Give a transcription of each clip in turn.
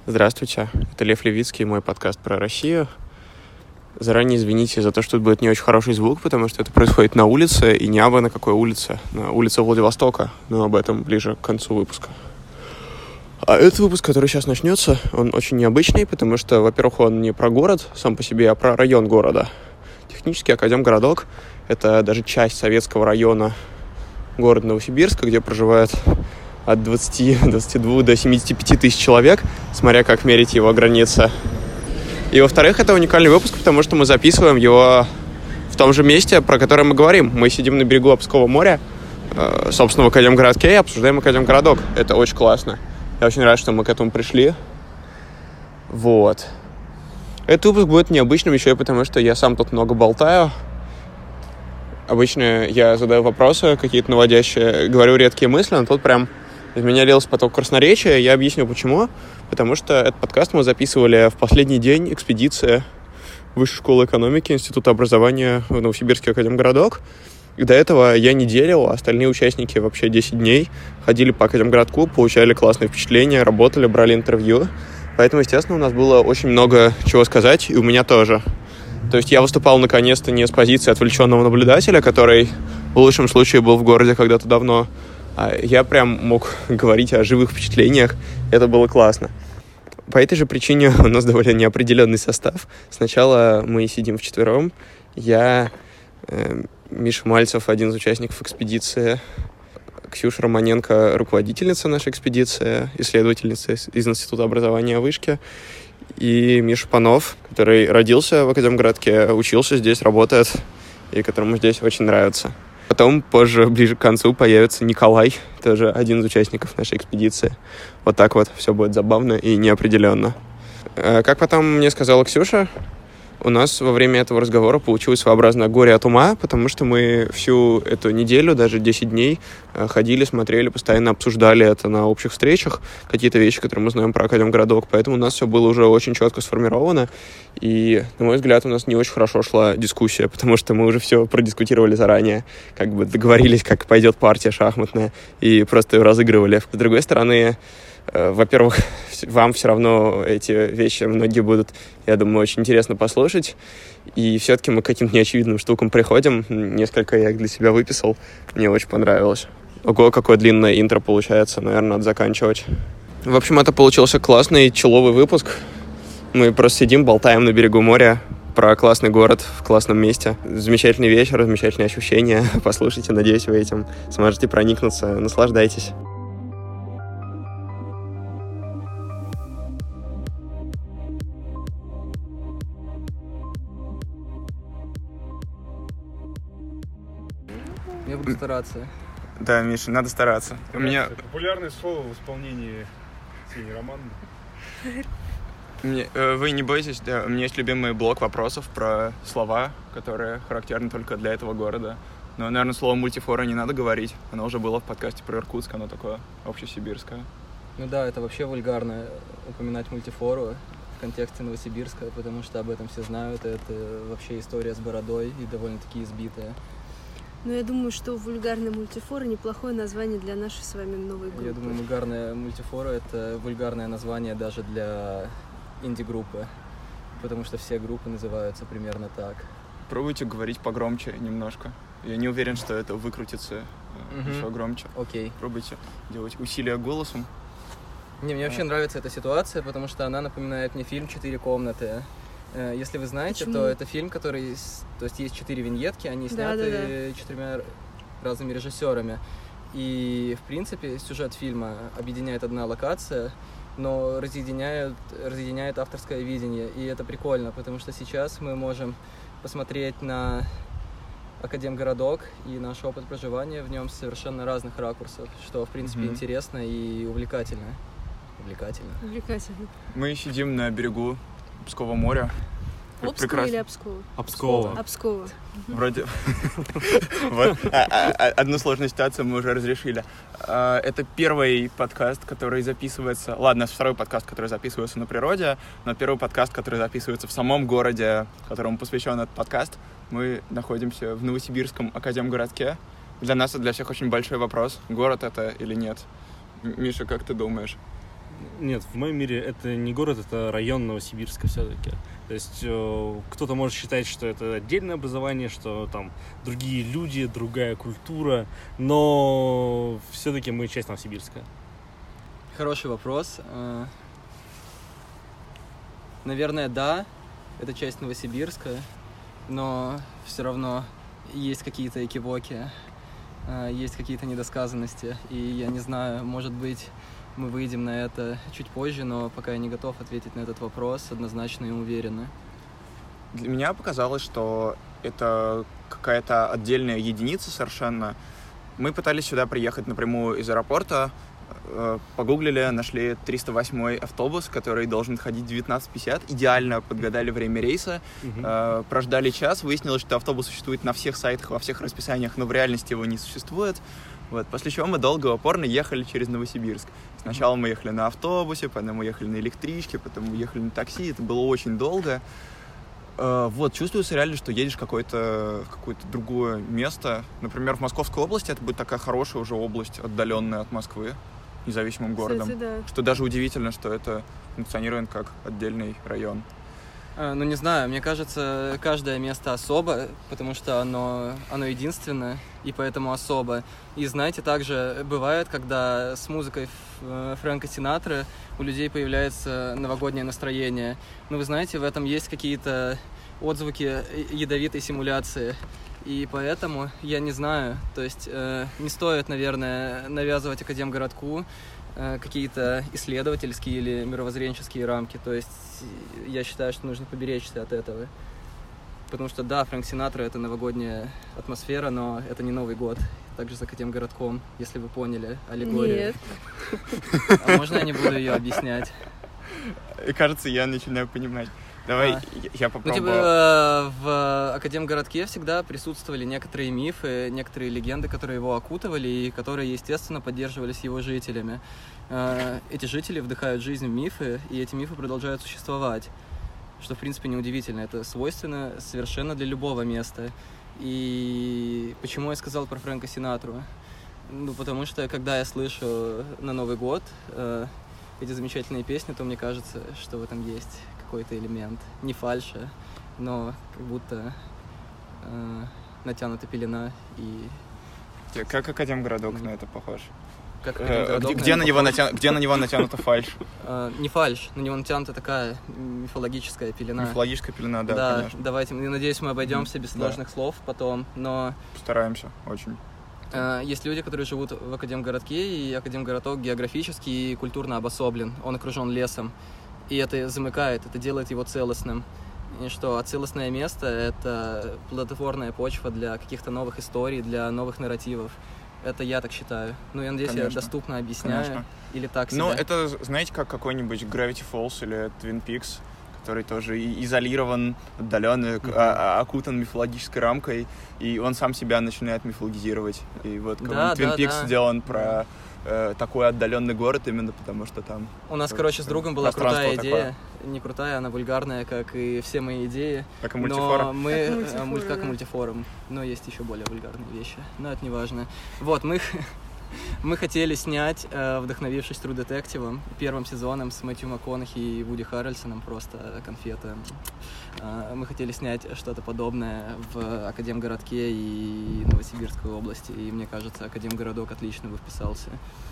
Здравствуйте, это Лев Левицкий, мой подкаст про Россию. Заранее извините за то, что тут будет не очень хороший звук, потому что это происходит на улице, и не абы на какой улице. На улице Владивостока, но об этом ближе к концу выпуска. А этот выпуск, который сейчас начнется, он очень необычный, потому что, во-первых, он не про город сам по себе, а про район города. Технически Академгородок — это даже часть советского района города Новосибирска, где проживает от 22 до 75 тысяч человек, смотря как мерить его границы. И, во-вторых, это уникальный выпуск, потому что мы записываем его в том же месте, про которое мы говорим. Мы сидим на берегу Обского моря, собственно, в Академгородке, и обсуждаем Академгородок. Это очень классно. Я очень рад, что мы к этому пришли. Вот. Этот выпуск будет необычным еще и потому, что я сам тут много болтаю. Обычно я задаю вопросы какие-то наводящие, говорю редкие мысли, но тут прям из меня лился поток красноречия. Я объясню, почему. Потому что этот подкаст мы записывали в последний день экспедиции Высшей школы экономики Института образования в Новосибирский Академгородок. И до этого я неделю, а остальные участники вообще 10 дней ходили по Академгородку, получали классные впечатления, работали, брали интервью. Поэтому, естественно, у нас было очень много чего сказать, и у меня тоже. То есть я выступал наконец-то не с позиции отвлеченного наблюдателя, который в лучшем случае был в городе когда-то давно, а я прям мог говорить о живых впечатлениях. Это было классно. По этой же причине у нас довольно неопределенный состав. Сначала мы сидим вчетвером. Я, Миша Мальцев, один из участников экспедиции, Ксюша Романенко, руководительница нашей экспедиции, исследовательница из Института образования Вышки, и Миша Панов, который родился в Академгородке, учился здесь, работает, и которому здесь очень нравится. Потом, позже, ближе к концу, появится Николай, тоже один из участников нашей экспедиции. Вот так вот все будет забавно и неопределенно. Как потом мне сказала Ксюша, у нас во время этого разговора получилось своеобразное горе от ума, потому что мы всю эту неделю, даже 10 дней, ходили, смотрели, постоянно обсуждали это на общих встречах, какие-то вещи, которые мы знаем про Академгородок, поэтому у нас все было уже очень четко сформировано, и, на мой взгляд, у нас не очень хорошо шла дискуссия, потому что мы уже все продискутировали заранее, как бы договорились, как пойдет партия шахматная, и просто ее разыгрывали. С другой стороны, во-первых, вам все равно эти вещи многие будут, я думаю, очень интересно послушать. И все-таки мы к каким-то неочевидным штукам приходим. Несколько я их для себя выписал. Мне очень понравилось. Ого, какое длинное интро получается. Наверное, надо заканчивать. В общем, это получился классный человый выпуск. Мы просто сидим, болтаем на берегу моря про классный город в классном месте. Замечательный вечер, замечательные ощущения. Послушайте, надеюсь, вы этим сможете проникнуться. Наслаждайтесь. Я буду стараться. Да, Миша, надо стараться. У меня популярное слово в исполнении Ксении Романовны. Вы не бойтесь, да, у меня есть любимый блок вопросов про слова, которые характерны только для этого города. Но, наверное, слово мультифора не надо говорить. Оно уже было в подкасте про Иркутск, оно такое общесибирское. Ну да, это вообще вульгарно упоминать мультифору в контексте Новосибирска, потому что об этом все знают. Это вообще история с бородой и довольно-таки избитая. Но я думаю, что вульгарная мультифора — неплохое название для нашей с вами новой группы. Я думаю, вульгарная мультифора — это вульгарное название даже для инди-группы, потому что все группы называются примерно так. Пробуйте говорить погромче немножко. Я не уверен, что это выкрутится еще громче. Окей. Пробуйте делать усилия голосом. Мне вообще нравится эта ситуация, потому что она напоминает мне фильм «Четыре комнаты». Если вы знаете, Почему? то это фильм, который... То есть есть 4 виньетки, они сняты 4 разными режиссерами. И, в принципе, сюжет фильма объединяет одна локация, но разъединяет авторское видение. И это прикольно, потому что сейчас мы можем посмотреть на Академгородок и наш опыт проживания в нем с совершенно разных ракурсов, что, в принципе, интересно и увлекательно. Увлекательно. Мы сидим на берегу Обского моря. Обского или Обского? Обскова. Обского. Вроде... Одну сложную ситуацию мы уже разрешили. Это первый подкаст, который записывается... Ладно, второй подкаст, который записывается на природе, но первый подкаст, который записывается в самом городе, которому посвящен этот подкаст. Мы находимся в Новосибирском Академгородке. Для нас и для всех очень большой вопрос, город это или нет. Миша, как ты думаешь? Нет, в моем мире это не город, это район Новосибирска все-таки. То есть кто-то может считать, что это отдельное образование, что там другие люди, другая культура, но все-таки мы часть Новосибирска. Хороший вопрос. Наверное, да, это часть Новосибирска, но все равно есть какие-то экивоки, есть какие-то недосказанности, и я не знаю, может быть, мы выйдем на это чуть позже, но пока я не готов ответить на этот вопрос однозначно и уверенно. Для меня показалось, что это какая-то отдельная единица совершенно. Мы пытались сюда приехать напрямую из аэропорта, погуглили, нашли 308-й автобус, который должен ходить в 19:50, идеально подгадали время рейса, прождали час, выяснилось, что автобус существует на всех сайтах, во всех расписаниях, но в реальности его не существует. Вот. После чего мы долго и упорно ехали через Новосибирск. Сначала мы ехали на автобусе, потом мы ехали на электричке, потом мы ехали на такси. Это было очень долго. Вот, чувствуется реально, что едешь в какое-то другое место. Например, в Московской области это будет такая хорошая уже область, отдаленная от Москвы, независимым городом. Кстати, да. Что даже удивительно, что это функционирует как отдельный район. Ну, не знаю, мне кажется, каждое место особо, потому что оно единственное, и поэтому особо. И знаете, также бывает, когда с музыкой Фрэнка Синатры у людей появляется новогоднее настроение. Но вы знаете, в этом есть какие-то отзвуки ядовитой симуляции. И поэтому я не знаю, то есть не стоит, наверное, навязывать Академгородку какие-то исследовательские или мировоззренческие рамки. То есть я считаю, что нужно поберечься от этого. Потому что, да, Фрэнк Синатра — это новогодняя атмосфера, но это не Новый год. Также с Академгородком, если вы поняли аллегорию. Нет. А можно я не буду ее объяснять? И кажется, я начинаю понимать. Давай, я попробую. Ну, типа, в Академгородке всегда присутствовали некоторые мифы, некоторые легенды, которые его окутывали и которые, естественно, поддерживались его жителями. Эти жители вдыхают жизнь в мифы, и эти мифы продолжают существовать. Что, в принципе, неудивительно. Это свойственно совершенно для любого места. И почему я сказал про Фрэнка Синатру? Ну, потому что, когда я слышу на Новый год эти замечательные песни, то мне кажется, что в этом есть какой-то элемент. Не фальши, но как будто натянута пелена. И... Как Академгородок на это похож? Как Академгородок где на него натянута фальшь? Не фальшь, на него натянута такая мифологическая пелена. Мифологическая пелена, да, конечно. Давайте, надеюсь, мы обойдемся без сложных слов потом, но... Постараемся, очень. Есть люди, которые живут в Академгородке, и Академгородок географически и культурно обособлен. Он окружен лесом, и это замыкает, это делает его целостным. И что, а целостное место — это плодотворная почва для каких-то новых историй, для новых нарративов. Это я так считаю. Ну, я надеюсь, я доступно объясняю. Конечно. Или так себе. Ну, это, знаете, как какой-нибудь Gravity Falls или Twin Peaks, который тоже изолирован, отдален, окутан мифологической рамкой, и он сам себя начинает мифологизировать. И вот Twin Peaks сделан про такой отдаленный город именно потому, что там... У нас, короче, с другом была крутая идея. Не крутая, она вульгарная, как и все мои идеи. Как и мультифорум. Но мы... Как и мультифорум. Но есть еще более вульгарные вещи. Но это не важно. Вот, мы хотели снять, вдохновившись True Detective, первым сезоном с Мэтью МакКонахи и Вуди Харрельсоном, просто конфета. Мы хотели снять что-то подобное в Академгородке и Новосибирской области, и мне кажется, Академгородок отлично бы вписался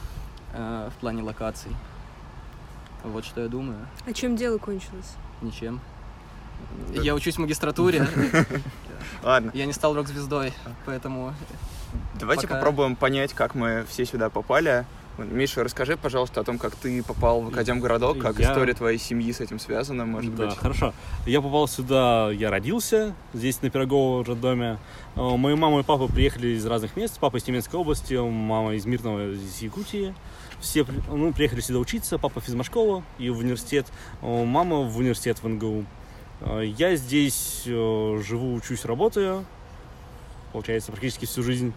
в плане локаций. Вот что я думаю. А чем дело кончилось? Ничем. Я учусь в магистратуре. Ладно. Я не стал рок-звездой, поэтому... Давайте попробуем понять, как мы все сюда попали. Миша, расскажи, пожалуйста, о том, как ты попал в Академгородок, как история твоей семьи с этим связана, может быть. Да, хорошо. Я попал сюда, я родился здесь, на Пирогово, в роддоме. Мои мама и папа приехали из разных мест. Папа из Тюменской области, мама из Мирного, из Якутии. Все приехали сюда учиться. Папа в физмат-школу и в университет. Мама в университет в НГУ. Я здесь живу, учусь, работаю. Получается, практически всю жизнь.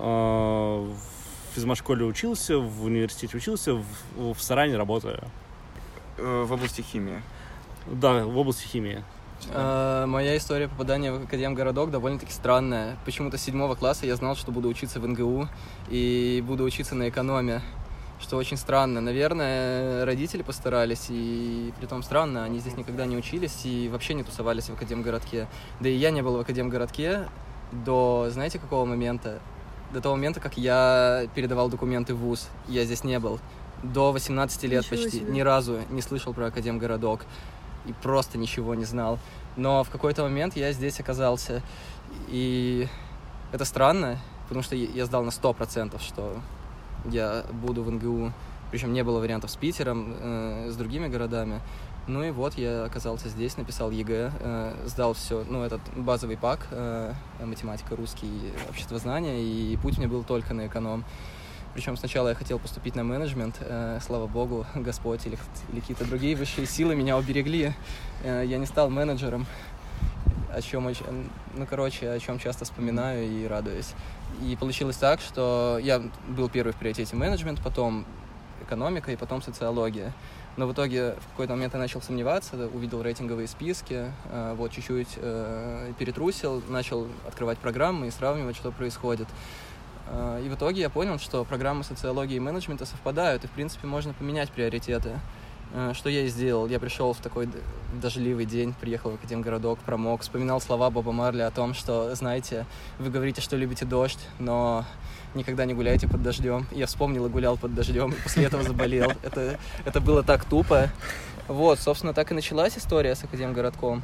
В физмат-школе учился, в университете учился, в Саране работаю. В области химии? Да, в области химии. Моя история попадания в Академгородок довольно-таки странная. Почему-то с 7 класса я знал, что буду учиться в НГУ и буду учиться на экономе. что очень странно. Наверное, родители постарались, и притом странно, они здесь никогда не учились и вообще не тусовались в Академгородке. Да и я не был в Академгородке до, знаете, какого момента? До того момента, как я передавал документы в ВУЗ. Я здесь не был. До 18 лет Ничего почти себе. ни разу не слышал про Академгородок. И просто ничего не знал. Но в какой-то момент я здесь оказался. И это странно, потому что я сдал на 100%, что я буду в НГУ. Причем не было вариантов с Питером, с другими городами. Ну и вот я оказался здесь, написал ЕГЭ, сдал все, ну, этот базовый пак, математика, русский, обществознание, и путь мне был только на эконом. Причем сначала я хотел поступить на менеджмент, слава богу, Господь или какие-то другие высшие силы меня уберегли. Я не стал менеджером, о чем часто вспоминаю и радуюсь. И получилось так, что я был первый в приоритете менеджмент, потом экономика и потом социология. Но в итоге в какой-то момент я начал сомневаться, увидел рейтинговые списки, вот чуть-чуть перетрусил, начал открывать программы и сравнивать, что происходит. И в итоге я понял, что программы социологии и менеджмента совпадают, и в принципе можно поменять приоритеты. Что я и сделал. Я пришел в такой дождливый день, приехал в Академгородок, промок, вспоминал слова Боба Марли о том, что, знаете, вы говорите, что любите дождь, но никогда не гуляйте под дождем. Я вспомнил и гулял под дождем, и после этого заболел. Это было так тупо. Вот, собственно, так и началась история с Академгородком.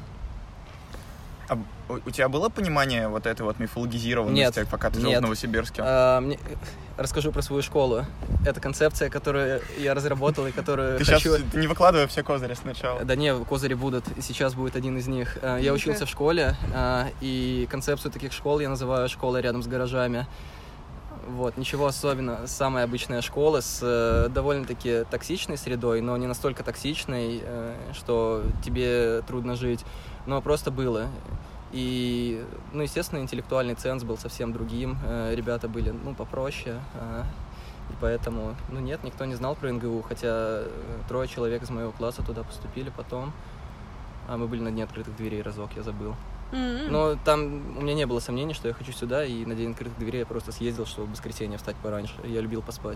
А у тебя было понимание вот этой вот мифологизированности, Нет, пока ты жил в Новосибирске? Расскажу про свою школу. Это концепция, которую я разработал и которую Ты хочу... сейчас не выкладывай все козыри сначала. Да не, козыри будут, и сейчас будет один из них. Я учился в школе, и концепцию таких школ я называю «школа рядом с гаражами». Вот, ничего особенного. Самая обычная школа с довольно-таки токсичной средой, но не настолько токсичной, что тебе трудно жить. Но просто было. И, ну, естественно, интеллектуальный ценз был совсем другим. Ребята были, ну, попроще. И поэтому, ну, нет, никто не знал про НГУ, хотя 3 человек из моего класса туда поступили потом. А мы были на Дне открытых дверей разок, я забыл. Но там у меня не было сомнений, что я хочу сюда, и на День открытых дверей я просто съездил, чтобы в воскресенье встать пораньше. Я любил поспать.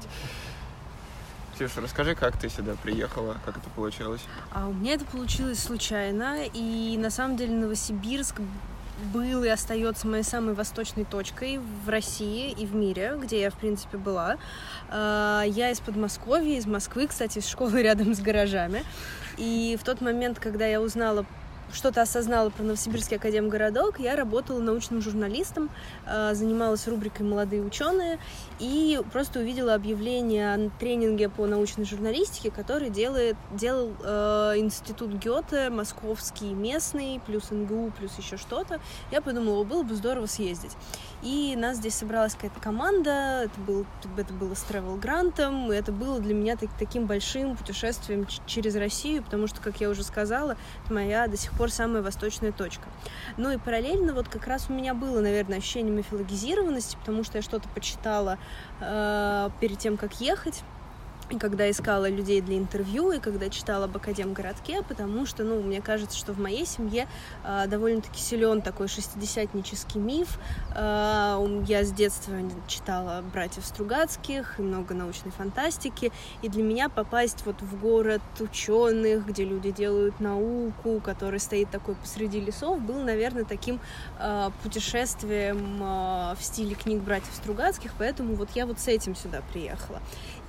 Ксюша, расскажи, как ты сюда приехала, как это получилось? А у меня это получилось случайно, и на самом деле Новосибирск был и остается моей самой восточной точкой в России и в мире, где я, в принципе, была. Я из Подмосковья, из Москвы, кстати, из школы рядом с гаражами. И в тот момент, когда я что-то осознала про Новосибирский Академгородок, я работала научным журналистом, занималась рубрикой «Молодые ученые» и просто увидела объявление о тренинге по научной журналистике, который делал институт Гёте, московский, местный, плюс НГУ, плюс еще что-то. Я подумала, было бы здорово съездить. И нас здесь собралась какая-то команда, это было с travel-грантом, и это было для меня таким большим путешествием через Россию, потому что, как я уже сказала, это моя до сих пор самая восточная точка. Ну и параллельно вот как раз у меня было, наверное, ощущение мифологизированности, потому что я что-то почитала перед тем, как ехать, и когда искала людей для интервью, и когда читала об Академгородке, потому что, ну, мне кажется, что в моей семье довольно-таки силен такой шестидесятнический миф. Я с детства читала «Братьев Стругацких», много научной фантастики, и для меня попасть вот в город ученых, где люди делают науку, который стоит такой посреди лесов, был, наверное, таким путешествием в стиле книг «Братьев Стругацких», поэтому вот я вот с этим сюда приехала.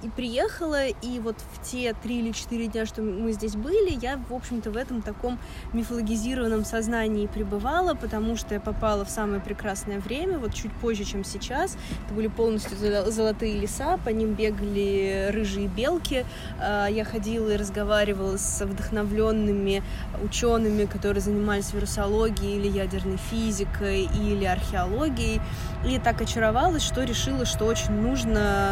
И вот в те 3 или 4 дня, что мы здесь были, я, в общем-то, в этом таком мифологизированном сознании пребывала, потому что я попала в самое прекрасное время, вот чуть позже, чем сейчас. Это были полностью золотые леса, по ним бегали рыжие белки. Я ходила и разговаривала с вдохновленными учеными, которые занимались вирусологией или ядерной физикой, или археологией. И так очаровалась, что решила, что очень нужно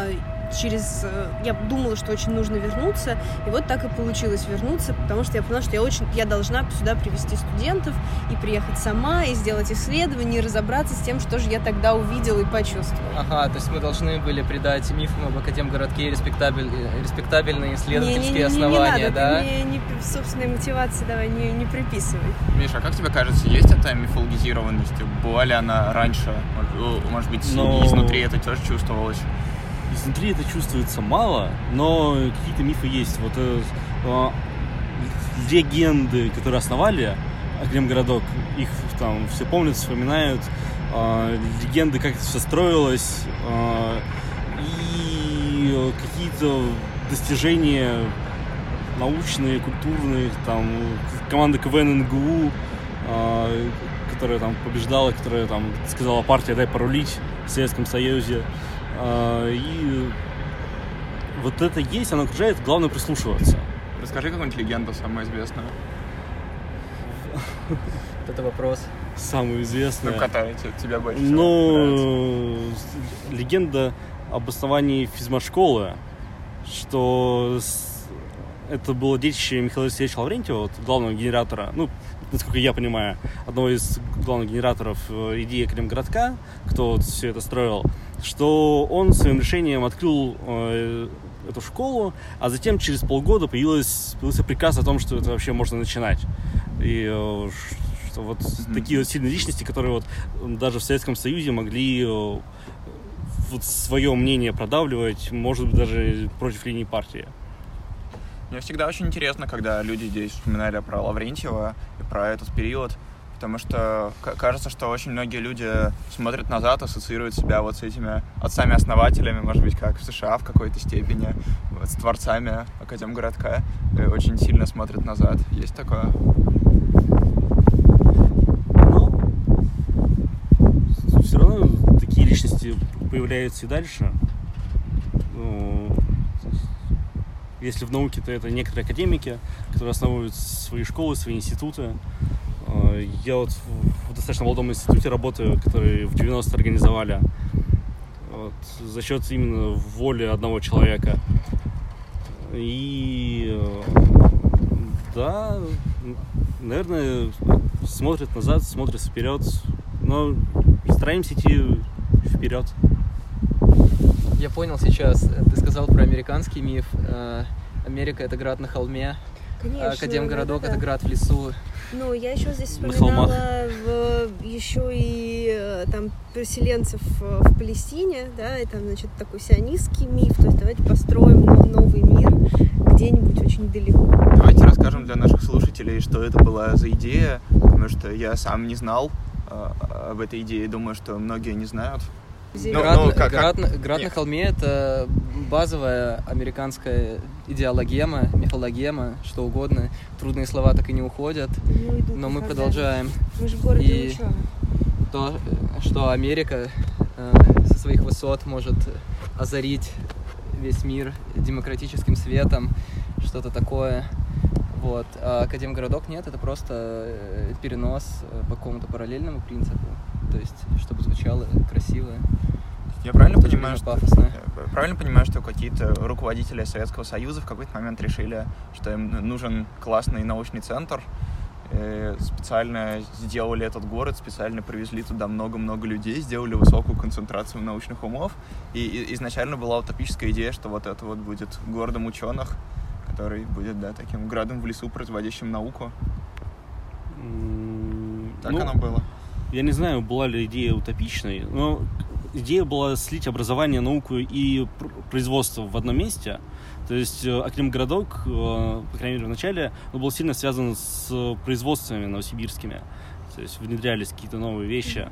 я думала, что очень нужно вернуться, и вот так и получилось вернуться, потому что я поняла, что я должна сюда привезти студентов и приехать сама, и сделать исследования, и разобраться с тем, что же я тогда увидела и почувствовала. Ага, то есть мы должны были придать мифам об Академгородке респектабельные исследовательские основания, да? Не собственной мотивации давай не приписывай. Миша, а как тебе кажется, есть эта мифологизированность? Была ли она раньше? Может быть, изнутри это тоже чувствовалось? изнутри это чувствуется мало, но какие-то мифы есть. Вот легенды, которые основали Академгородок, их там все помнят, вспоминают. Легенды, как это все строилось, и какие-то достижения научные, культурные, там команда КВН НГУ, которая там побеждала, которая там сказала: партия, дай порулить в Советском Союзе. И вот это есть, оно окружает, главное прислушиваться. Расскажи какую-нибудь легенду, самую известную. Это вопрос. Самую известную. Ну, которая тебя больше всего нравится. Легенда об основании физмат-школы, что это было детище Михаила Алексеевича Лаврентьева, вот, главного генератора, ну, насколько я понимаю, одного из главных генераторов идеи Академгородка, кто вот все это строил, что он своим решением открыл эту школу, а затем через полгода появился приказ о том, что это вообще можно начинать. И что вот такие вот сильные личности, которые вот даже в Советском Союзе могли вот свое мнение продавливать, может быть, даже против линии партии. Мне всегда очень интересно, когда люди здесь вспоминали про Лаврентьева и про этот период, потому что кажется, что очень многие люди смотрят назад, ассоциируют себя вот с этими отцами-основателями, может быть, как в США в какой-то степени, вот, с творцами Академгородка, и очень сильно смотрят назад. Есть такое? Но все равно такие личности появляются и дальше. Если в науке, то это некоторые академики, которые основывают свои школы, свои институты. Я вот в достаточно молодом институте работаю, который в 90-е организовали вот, за счет именно воли одного человека. И да, наверное, смотрят назад, смотрят вперед, но стараемся идти вперед. Я понял сейчас, ты сказал про американский миф. Америка — это град на холме, Конечно, Академгородок да. — это град в лесу. Ну, я еще здесь На вспоминала еще и там переселенцев в Палестине, да, и там, значит, такой сионистский миф, то есть давайте построим новый мир где-нибудь очень далеко. Давайте расскажем для наших слушателей, что это была за идея, потому что я сам не знал об этой идее, думаю, что многие не знают. Град на холме — это базовая американская идеологема, мифологема, что угодно. Трудные слова так и не уходят, но мы продолжаем. Мы же в городе ученых. То, что Америка со своих высот может озарить весь мир демократическим светом, что-то такое. Вот. А Академгородок нет, это просто перенос по какому-то параллельному принципу. То есть, чтобы звучало красиво. Я правильно понимаю, что какие-то руководители Советского Союза в какой-то момент решили, что им нужен классный научный центр, специально сделали этот город, специально привезли туда много-много людей, сделали высокую концентрацию научных умов, и изначально была утопическая идея, что вот это вот будет городом ученых, который будет, да, таким градом в лесу, производящим науку. Так оно было. Я не знаю, была ли идея утопичной, но идея была слить образование, науку и производство в одном месте. То есть Академгородок, по крайней мере в начале, был сильно связан с производствами новосибирскими. То есть внедрялись какие-то новые вещи.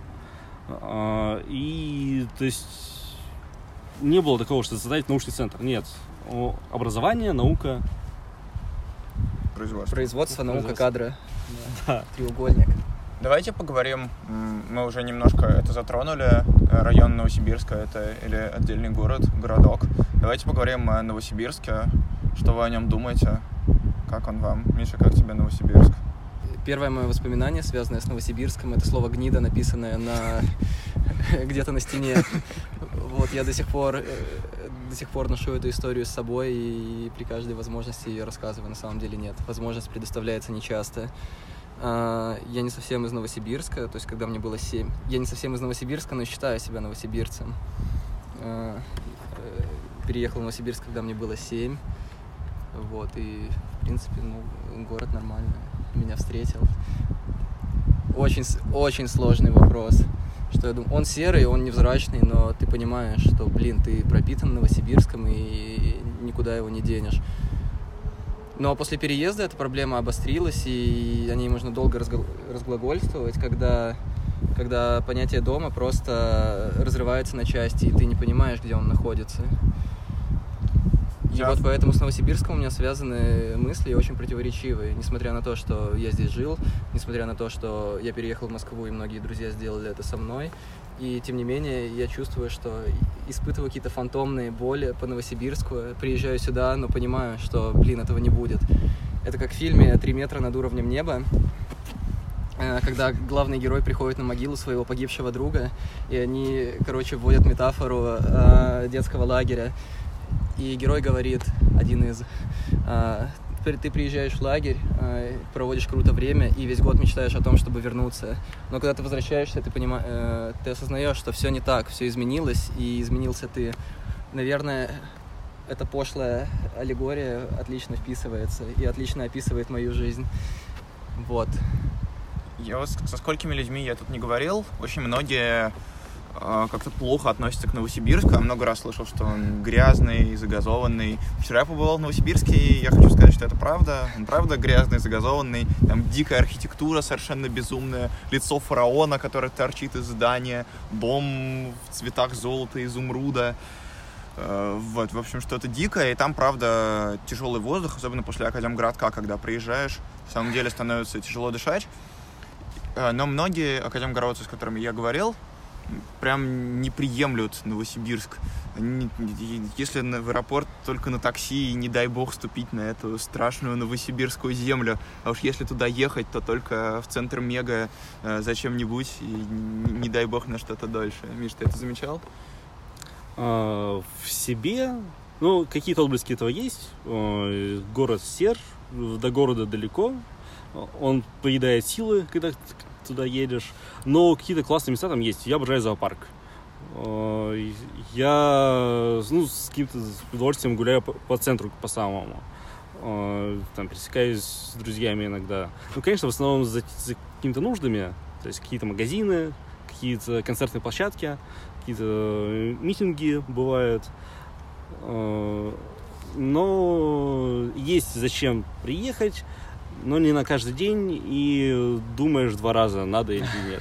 И то есть не было такого, что создать научный центр. Нет. Образование, наука. Производство, наука, кадры. Да. Треугольник. Давайте поговорим, мы уже немножко это затронули, район Новосибирска, это или отдельный городок. Давайте поговорим о Новосибирске, что вы о нем думаете, как он вам? Миша, как тебе Новосибирск? Первое мое воспоминание, связанное с Новосибирском, это слово «гнида», написанное где-то на стене. Вот, я до сих пор ношу эту историю с собой и при каждой возможности ее рассказываю. На самом деле нет, возможность предоставляется нечасто. Я не совсем из Новосибирска, то есть когда мне было 7. Я не совсем из Новосибирска, но считаю себя новосибирцем. Переехал в Новосибирск, когда мне было 7. Вот, и, в принципе, город нормально меня встретил. Очень, очень сложный вопрос. что я думаю, он серый, он невзрачный, но ты понимаешь, что, блин, ты пропитан Новосибирском и никуда его не денешь. Но после переезда эта проблема обострилась, и о ней можно долго разглагольствовать, когда понятие дома просто разрывается на части, и ты не понимаешь, где он находится. И вот поэтому с Новосибирском у меня связаны мысли очень противоречивые. Несмотря на то, что я здесь жил, несмотря на то, что я переехал в Москву, и многие друзья сделали это со мной, и тем не менее я чувствую, что испытываю какие-то фантомные боли по Новосибирску. Приезжаю сюда, но понимаю, что, блин, этого не будет. Это как в фильме «3 метра над уровнем неба», когда главный герой приходит на могилу своего погибшего друга, и они, вводят метафору детского лагеря. И герой говорит, один из, ты приезжаешь в лагерь, проводишь круто время и весь год мечтаешь о том, чтобы вернуться. Но когда ты возвращаешься, ты осознаешь, что все не так, все изменилось, и изменился ты. Наверное, эта пошлая аллегория отлично вписывается и отлично описывает мою жизнь. Вот. Со сколькими людьми я тут не говорил, очень многие как-то плохо относятся к Новосибирску. Я много раз слышал, что он грязный, загазованный. Вчера я побывал в Новосибирске, и я хочу сказать, что это правда. Он правда грязный, загазованный. Там дикая архитектура совершенно безумная. Лицо фараона, которое торчит из здания. Дом в цветах золота, изумруда. Вот, в общем, что-то дикое. И там, правда, тяжелый воздух, особенно после Академгородка, когда приезжаешь. В самом деле становится тяжело дышать. Но многие академгородцы, с которыми я говорил, прям не приемлют Новосибирск. Если в аэропорт только на такси, и не дай бог ступить на эту страшную новосибирскую землю. А уж если туда ехать, то только в центр мега зачем-нибудь, и не дай бог на что-то дольше. Миш, ты это замечал? В себе, какие-то отблески этого есть. Город сер, до города далеко. Он поедает силы, когда туда едешь. Но какие-то классные места там есть. Я обожаю зоопарк. Я с каким-то удовольствием гуляю по центру, по самому. Там пересекаюсь с друзьями иногда. Конечно, в основном за какими-то нуждами. То есть какие-то магазины, какие-то концертные площадки, какие-то митинги бывают. Но есть зачем приехать, но не на каждый день, и думаешь 2 раза, надо или нет.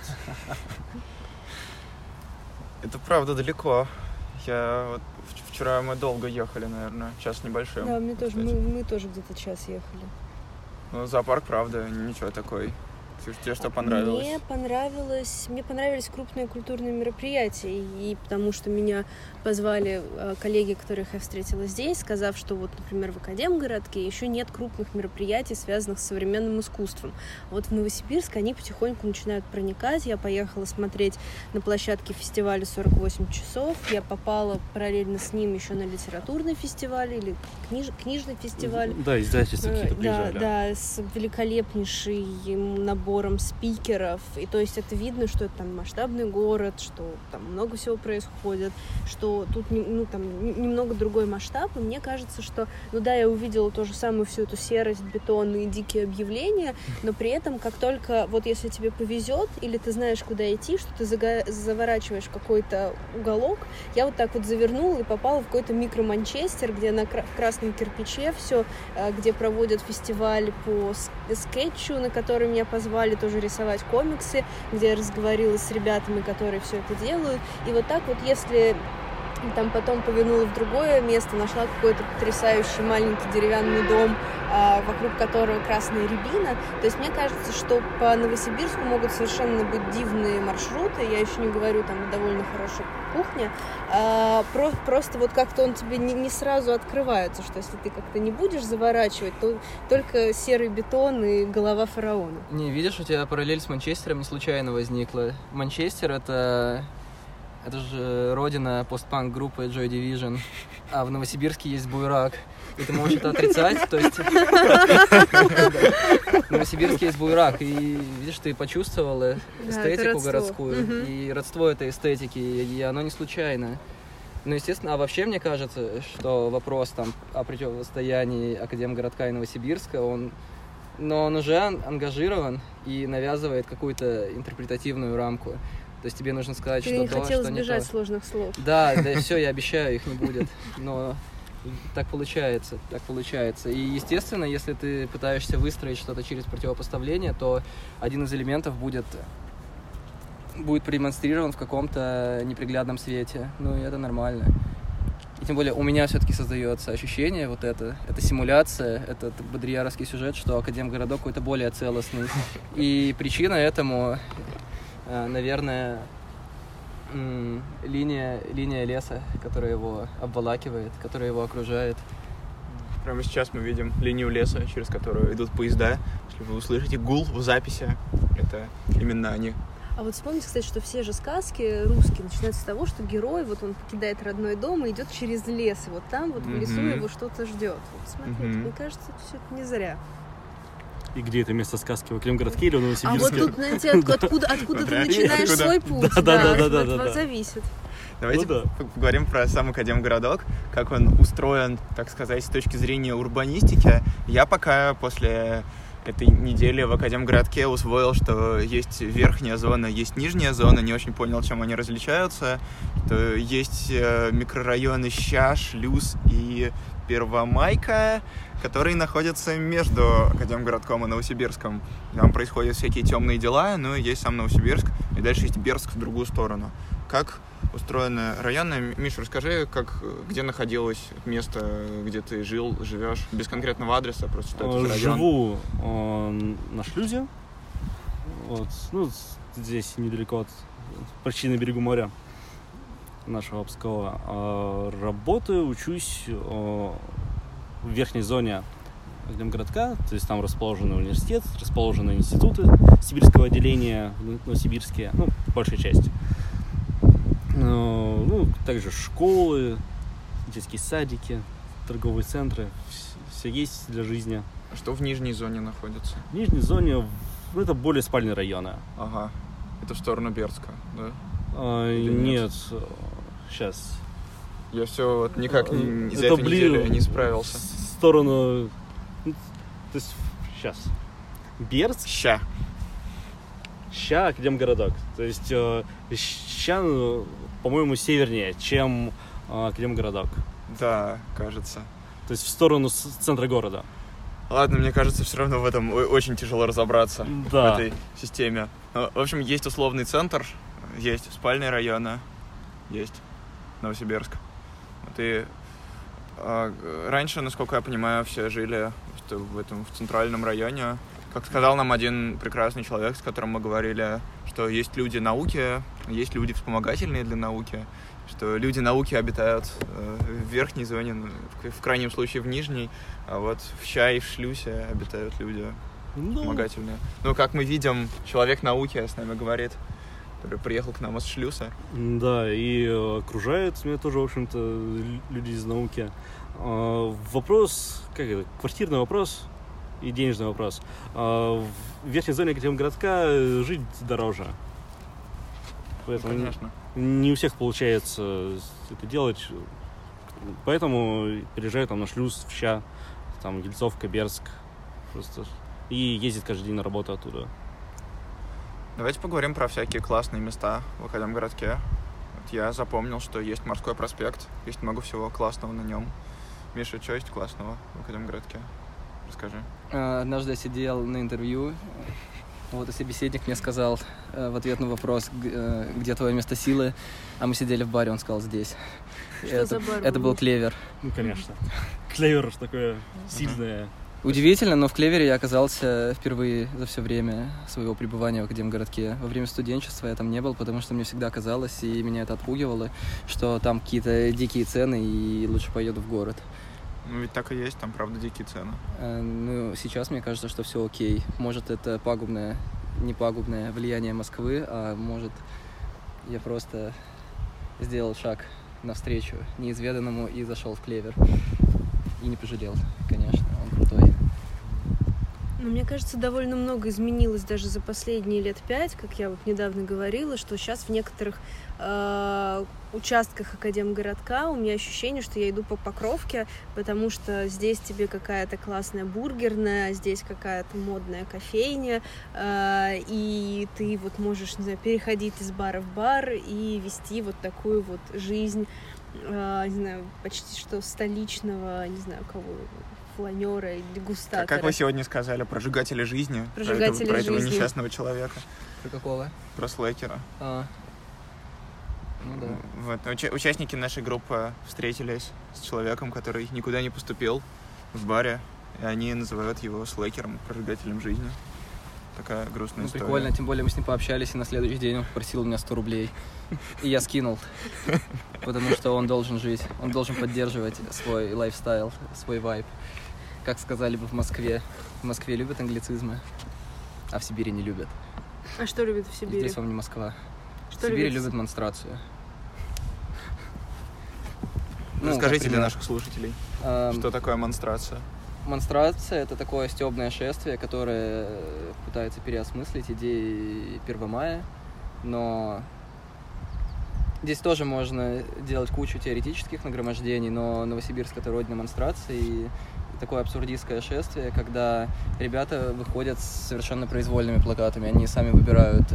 Это правда далеко. Вчера мы долго ехали, наверное, час небольшим. Да, мы тоже где-то час ехали. Зоопарк, правда, ничего такой. Тебе что понравилось? Мне понравились крупные культурные мероприятия, и потому что меня позвали коллеги, которых я встретила здесь, сказав, что вот, например, в Академгородке еще нет крупных мероприятий, связанных с современным искусством. Вот в Новосибирск они потихоньку начинают проникать. Я поехала смотреть на площадке фестиваля 48 часов. Я попала параллельно с ним еще на литературный фестиваль или книжный фестиваль. Да, издательства какие-то приезжали. Да, с великолепнейшим набором спикеров. И то есть это видно, что это там масштабный город, что там много всего происходит, что тут немного другой масштаб. И мне кажется, что, я увидела то же самое, всю эту серость, бетон и дикие объявления, но при этом, как только, если тебе повезет, или ты знаешь, куда идти, что ты заворачиваешь в какой-то уголок, я вот так вот завернула и попала в какой-то микро-Манчестер, где на красном кирпиче все, где проводят фестиваль по скетчу, на который меня позвали тоже рисовать комиксы, где я разговаривала с ребятами, которые все это делают. И вот так вот, если там потом повернула в другое место, нашла какой-то потрясающий маленький деревянный дом, вокруг которого красная рябина. То есть мне кажется, что по Новосибирску могут совершенно быть дивные маршруты. Я еще не говорю, там довольно хорошая кухня. Просто вот как-то он тебе не сразу открывается, что если ты как-то не будешь заворачивать, то только серый бетон и голова фараона. Не, видишь, у тебя параллель с Манчестером не случайно возникла. Манчестер — это же родина постпанк-группы Joy Division, а в Новосибирске есть буйрак. И ты можешь это отрицать, то есть... В Новосибирске есть буйрак, и, видишь, ты почувствовала эстетику городскую, и родство этой эстетики, и оно не случайно. Естественно, а вообще мне кажется, что вопрос о противостоянии Академгородка и Новосибирска, он уже ангажирован и навязывает какую-то интерпретативную рамку. То есть тебе нужно сказать, Ты что не то, хотел что не избежать то. сложных слов. Да, все, я обещаю, их не будет. Но так получается. И, естественно, если ты пытаешься выстроить что-то через противопоставление, то один из элементов будет продемонстрирован в каком-то неприглядном свете. Ну, и это нормально. И тем более у меня все-таки создается ощущение вот это симуляция, этот бодрияровский сюжет, что Академгородок какой-то более целостный. И причина этому, наверное, линия леса, которая его обволакивает, которая его окружает. Прямо сейчас мы видим линию леса, через которую идут поезда. Если вы услышите гул в записи, это именно они. А вот вспомните, кстати, что все же сказки русские начинаются с того, что герой, вот он покидает родной дом и идет через лес, и вот там вот в лесу его что-то ждет. Вот смотрите, мне кажется, все это не зря. И где это место сказки? В Академгородке или в Новосибирске? А вот тут, знаете, откуда ты начинаешь свой путь. Да, зависит. Давайте поговорим про сам Академгородок, как он устроен, так сказать, с точки зрения урбанистики. Я пока после этой недели в Академгородке усвоил, что есть верхняя зона, есть нижняя зона, не очень понял, чем они различаются. Что есть микрорайоны Ща, Шлюз и Первомайка, которые находятся между Академгородком и Новосибирском. Там происходят всякие темные дела, но есть сам Новосибирск, и дальше есть Бердск в другую сторону. Как устроены районы? Миша, расскажи, где находилось место, где ты живешь, без конкретного адреса, просто что это за район? Живу на Шлюзе, вот, здесь недалеко почти на берегу моря нашего Обского. Работаю, учусь в верхней зоне Академгородка, то есть там расположен университет, расположены институты сибирского отделения, новосибирские, большая часть. Также школы, детские садики, торговые центры, все есть для жизни. А что в нижней зоне находится? В нижней зоне это более спальные районы. Ага, это в сторону Бердска, да? Нет, сейчас. Я все никак за эту неделю не справился. В сторону, то есть сейчас. Бердск. Ща Академгородок. То есть Ща, по-моему, севернее, чем Академгородок. Да, кажется. То есть в сторону центра города. Ладно, мне кажется, все равно в этом очень тяжело разобраться, в этой системе. В общем, есть условный центр, есть спальные районы, есть Новосибирск. И раньше, насколько я понимаю, все жили в центральном районе. Как сказал нам один прекрасный человек, с которым мы говорили, что есть люди науки, есть люди вспомогательные для науки, что люди науки обитают в верхней зоне, в крайнем случае в нижней, а вот в Ща и в Шлюсе обитают люди вспомогательные. Как мы видим, человек науки с нами говорит, который приехал к нам из Шлюса. Да, и окружают меня тоже, в общем-то, люди из науки. Вопрос, квартирный вопрос и денежный вопрос. В верхней зоне Академгородка жить дороже. Поэтому конечно. Не у всех получается это делать. Поэтому переезжаю там на Шлюз, в Ща, там Ельцовка, Бердск. Просто. И ездит каждый день на работу оттуда. Давайте поговорим про всякие классные места в Академгородке. Я запомнил, что есть Морской проспект, есть много всего классного на нем. Миша, что есть классного в Академгородке? Расскажи. Однажды я сидел на интервью, и собеседник мне сказал в ответ на вопрос, где твое место силы, а мы сидели в баре, он сказал, здесь. Что за бар? Это был Клевер. Конечно. Клевер же такое сильное. Удивительно, но в Клевере я оказался впервые за все время своего пребывания в Академгородке. Во время студенчества я там не был, потому что мне всегда казалось, и меня это отпугивало, что там какие-то дикие цены, и лучше поеду в город. Ведь так и есть, там правда дикие цены. Сейчас мне кажется, что все окей. Может, это не пагубное влияние Москвы, а может, я просто сделал шаг навстречу неизведанному и зашел в Клевер. И не пожалел, конечно, он крутой. Но мне кажется, довольно много изменилось даже за последние лет 5, как я вот недавно говорила, что сейчас в некоторых участках Академгородка у меня ощущение, что я иду по Покровке, потому что здесь тебе какая-то классная бургерная, здесь какая-то модная кофейня, и ты вот можешь, не знаю, переходить из бара в бар и вести вот такую вот жизнь, не знаю, почти что столичного, не знаю, кого... фланера и дегустатора. Как вы сегодня сказали, прожигатели жизни. Прожигатели про этого жизни. несчастного человека. Про какого? Про Слэкера. Ну да. Вот. Участники нашей группы встретились с человеком, который никуда не поступил в баре, и они называют его Слэкером, прожигателем жизни. Такая грустная история. Прикольно, тем более мы с ним пообщались, и на следующий день он попросил у меня 100 рублей. И я скинул. Потому что он должен жить, он должен поддерживать свой лайфстайл, свой вайб. Как сказали бы в Москве. В Москве любят англицизмы, а в Сибири не любят. А что любят в Сибири? Здесь вам не Москва. Что в Сибири любят? любят монстрацию. Расскажите для наших слушателей, что такое монстрация. Монстрация — это такое стёбное шествие, которое пытается переосмыслить идеи 1 мая, но здесь тоже можно делать кучу теоретических нагромождений, но Новосибирск — это родина монстрации, и такое абсурдистское шествие, когда ребята выходят с совершенно произвольными плакатами, они сами выбирают,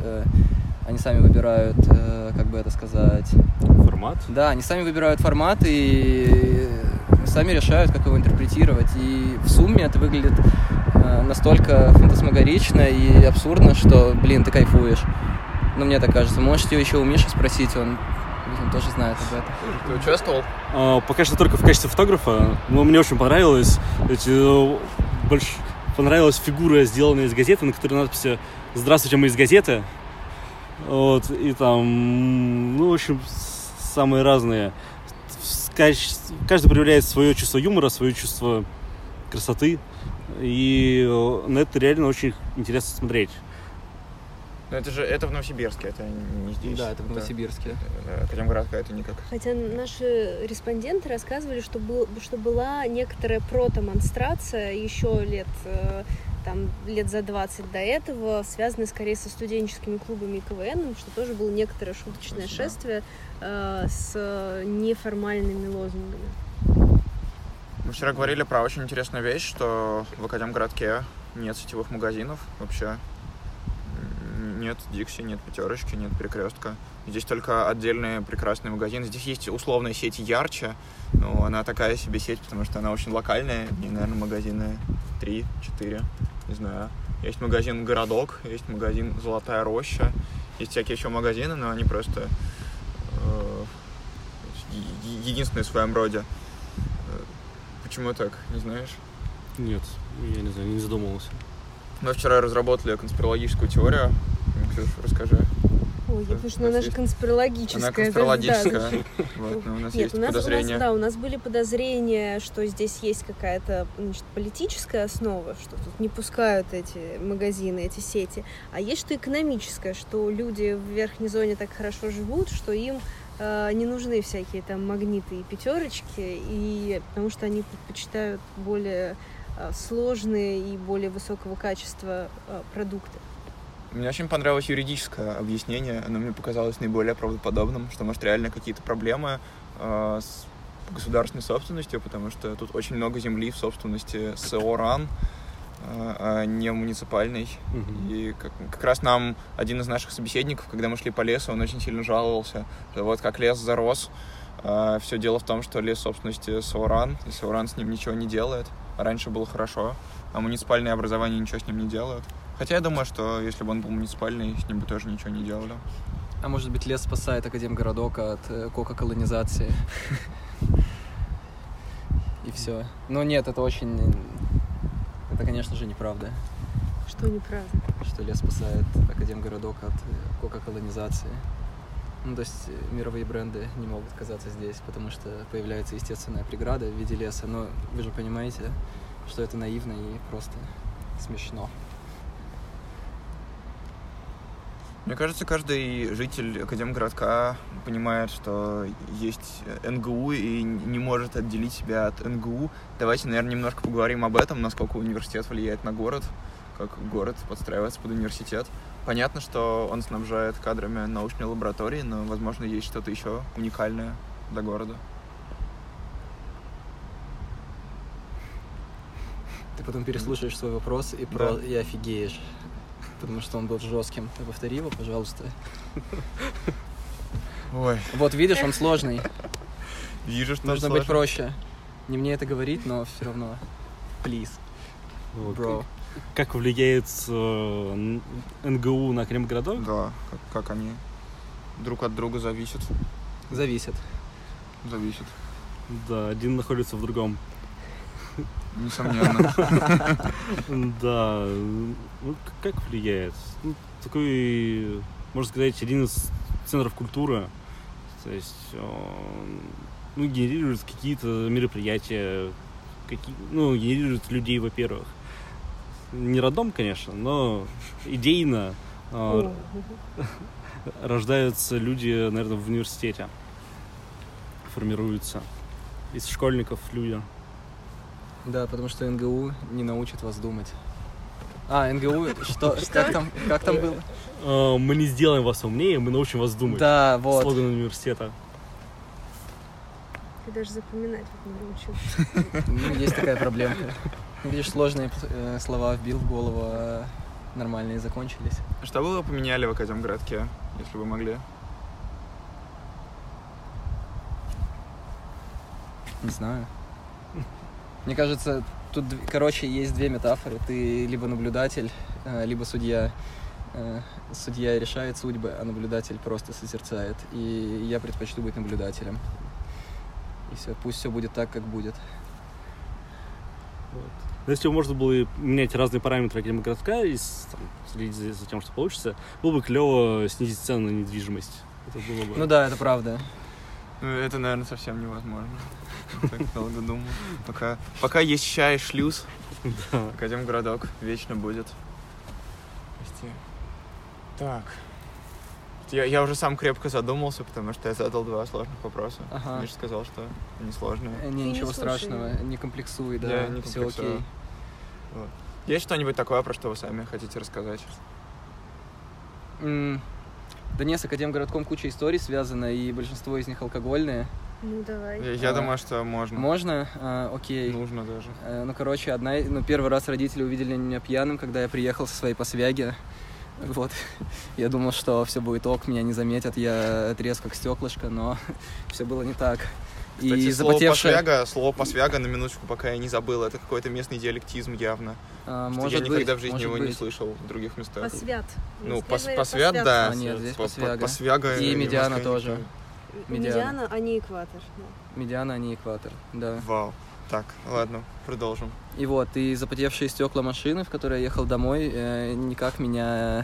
как бы это сказать... Формат? Да, они сами выбирают формат и сами решают, как его интерпретировать. И в сумме это выглядит настолько фантасмагорично и абсурдно, что, блин, ты кайфуешь. Ну, мне так кажется. Можете еще у Миши спросить, он тоже знает об этом. Ты участвовал? Пока что только в качестве фотографа, но мне очень понравилось. Понравилась фигура, сделанная из газеты, на которой надписи «Здравствуйте, мы из газеты». Вот, и там, в общем, самые разные. Каждый проявляет свое чувство юмора, свое чувство красоты. И на это реально очень интересно смотреть. Но это в Новосибирске, это не здесь. Да, это в Новосибирске. Академгородка это никак. Хотя наши респонденты рассказывали, что была некоторая протомонстрация еще лет за 20 до этого, связанная скорее со студенческими клубами и КВН, что тоже было некоторое шуточное шествие с неформальными лозунгами. Мы вчера говорили про очень интересную вещь, что в Академгородке нет сетевых магазинов вообще. Нет Дикси, нет Пятерочки, нет Перекрестка. Здесь только отдельные прекрасные магазины. Здесь есть условная сеть Ярче, но она такая себе сеть, потому что она очень локальная. В ней, наверное, магазины 3-4, не знаю. Есть магазин Городок, есть магазин Золотая Роща. Есть всякие еще магазины, но они просто единственные в своем роде. Почему так, не знаешь? Нет, я не знаю, не задумывался. Мы вчера разработали конспирологическую теорию. Ксюш, расскажи. Ой, потому что она же конспирологическая. Она конспирологическая. Вот, но у нас есть подозрения. У нас были подозрения, что здесь есть какая-то политическая основа, что тут не пускают эти магазины, эти сети. А есть что экономическое, что люди в верхней зоне так хорошо живут, что им не нужны всякие там Магниты и Пятерочки, и потому что они предпочитают более сложные и более высокого качества продукты. Мне очень понравилось юридическое объяснение. Оно мне показалось наиболее правдоподобным, что, может, реально какие-то проблемы с государственной собственностью, потому что тут очень много земли в собственности СО РАН, а не муниципальной. И как раз нам один из наших собеседников, когда мы шли по лесу, он очень сильно жаловался, что вот как лес зарос. Все дело в том, что лес собственности СО РАН, и СО РАН с ним ничего не делает. Раньше было хорошо, а муниципальные образования ничего с ним не делают. Хотя я думаю, что если бы он был муниципальный, с ним бы тоже ничего не делали. А может быть, лес спасает Академгородок от кока-колонизации? И все. Но нет, это очень... Это, конечно же, неправда. Что неправда? Что лес спасает Академгородок от кока-колонизации. Ну, то есть мировые бренды не могут оказаться здесь, потому что появляется естественная преграда в виде леса. Но вы же понимаете, что это наивно и просто смешно. Мне кажется, каждый житель Академгородка понимает, что есть НГУ и не может отделить себя от НГУ. Давайте, наверное, немножко поговорим об этом, насколько университет влияет на город. как город подстраивается под университет. Понятно, что он снабжает кадрами научной лаборатории, но, возможно, есть что-то еще уникальное для города. Ты потом переслушаешь свой вопрос и офигеешь. Потому что он был жестким. Повтори его, пожалуйста. Ой. Вот видишь, он сложный. Вижу, что нужно сложно. быть проще. Не мне это говорить, но все равно. Please. Bro. Как влияет НГУ на Академгородок? Да, как они друг от друга зависят. Зависит. Да, один находится в другом. Несомненно. Да, как влияет? Такой, можно сказать, один из центров культуры. То есть, генерирует какие-то мероприятия, генерирует людей, во-первых. Не роддом, конечно, но идейно рождаются люди, наверное, в университете. Формируются. Из школьников люди. Да, потому что НГУ не научит вас думать. НГУ, что? Как там было? Мы не сделаем вас умнее, мы научим вас думать. Да, вот. Слоган университета. Ты даже запоминать не научился. Есть такая проблемка. Видишь, сложные слова вбил в голову, а нормальные закончились. Что бы вы поменяли в Академгородке, если бы могли? Не знаю. Мне кажется, тут, есть две метафоры. Ты либо наблюдатель, либо судья. Судья решает судьбы, а наблюдатель просто созерцает. И я предпочту быть наблюдателем. И все, пусть все будет так, как будет. Вот. Если бы можно было менять разные параметры Академгородка и следить за тем, что получится, было бы клево снизить цену на недвижимость. Это было бы... Ну да, это правда. Это, наверное, совсем невозможно. Так долго думал. Пока есть чай и шлюз, Академгородок вечно будет. Так. Я уже сам крепко задумался, потому что я задал 2 сложных вопроса. Ага. Миша сказал, что они сложные. Ничего страшного, не комплексуй, да, не все окей. Вот. Есть что-нибудь такое, про что вы сами хотите рассказать? Да нет, с Академгородком куча историй связана, и большинство из них алкогольные. Ну, давай. Я думаю, что можно. Можно? Окей. Нужно даже. Первый раз родители увидели меня пьяным, когда я приехал со своей посвяги. Вот. Я думал, что все будет ок, меня не заметят, я треск как стеклышко, но все было не так. Кстати, и слово посвяга, на минуточку, пока я не забыл, это какой-то местный диалектизм явно. Может я никогда в жизни может его быть. не слышал в других местах. Посвят. Посвят, да. Нет, здесь посвяга. Посвяга. И медиана тоже. Медиана, а не экватор. Медиана, а не экватор, да. Вау. Так, ладно, продолжим. И вот, и запотевшие стекла машины, в которой я ехал домой, никак меня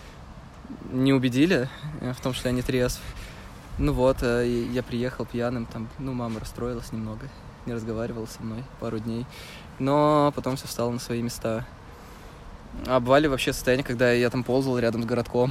не убедили в том, что я не трезв. Ну вот, я приехал пьяным, там, мама расстроилась немного, не разговаривала со мной пару дней, но потом все встало на свои места. А бывали вообще состояния, когда я там ползал рядом с городком,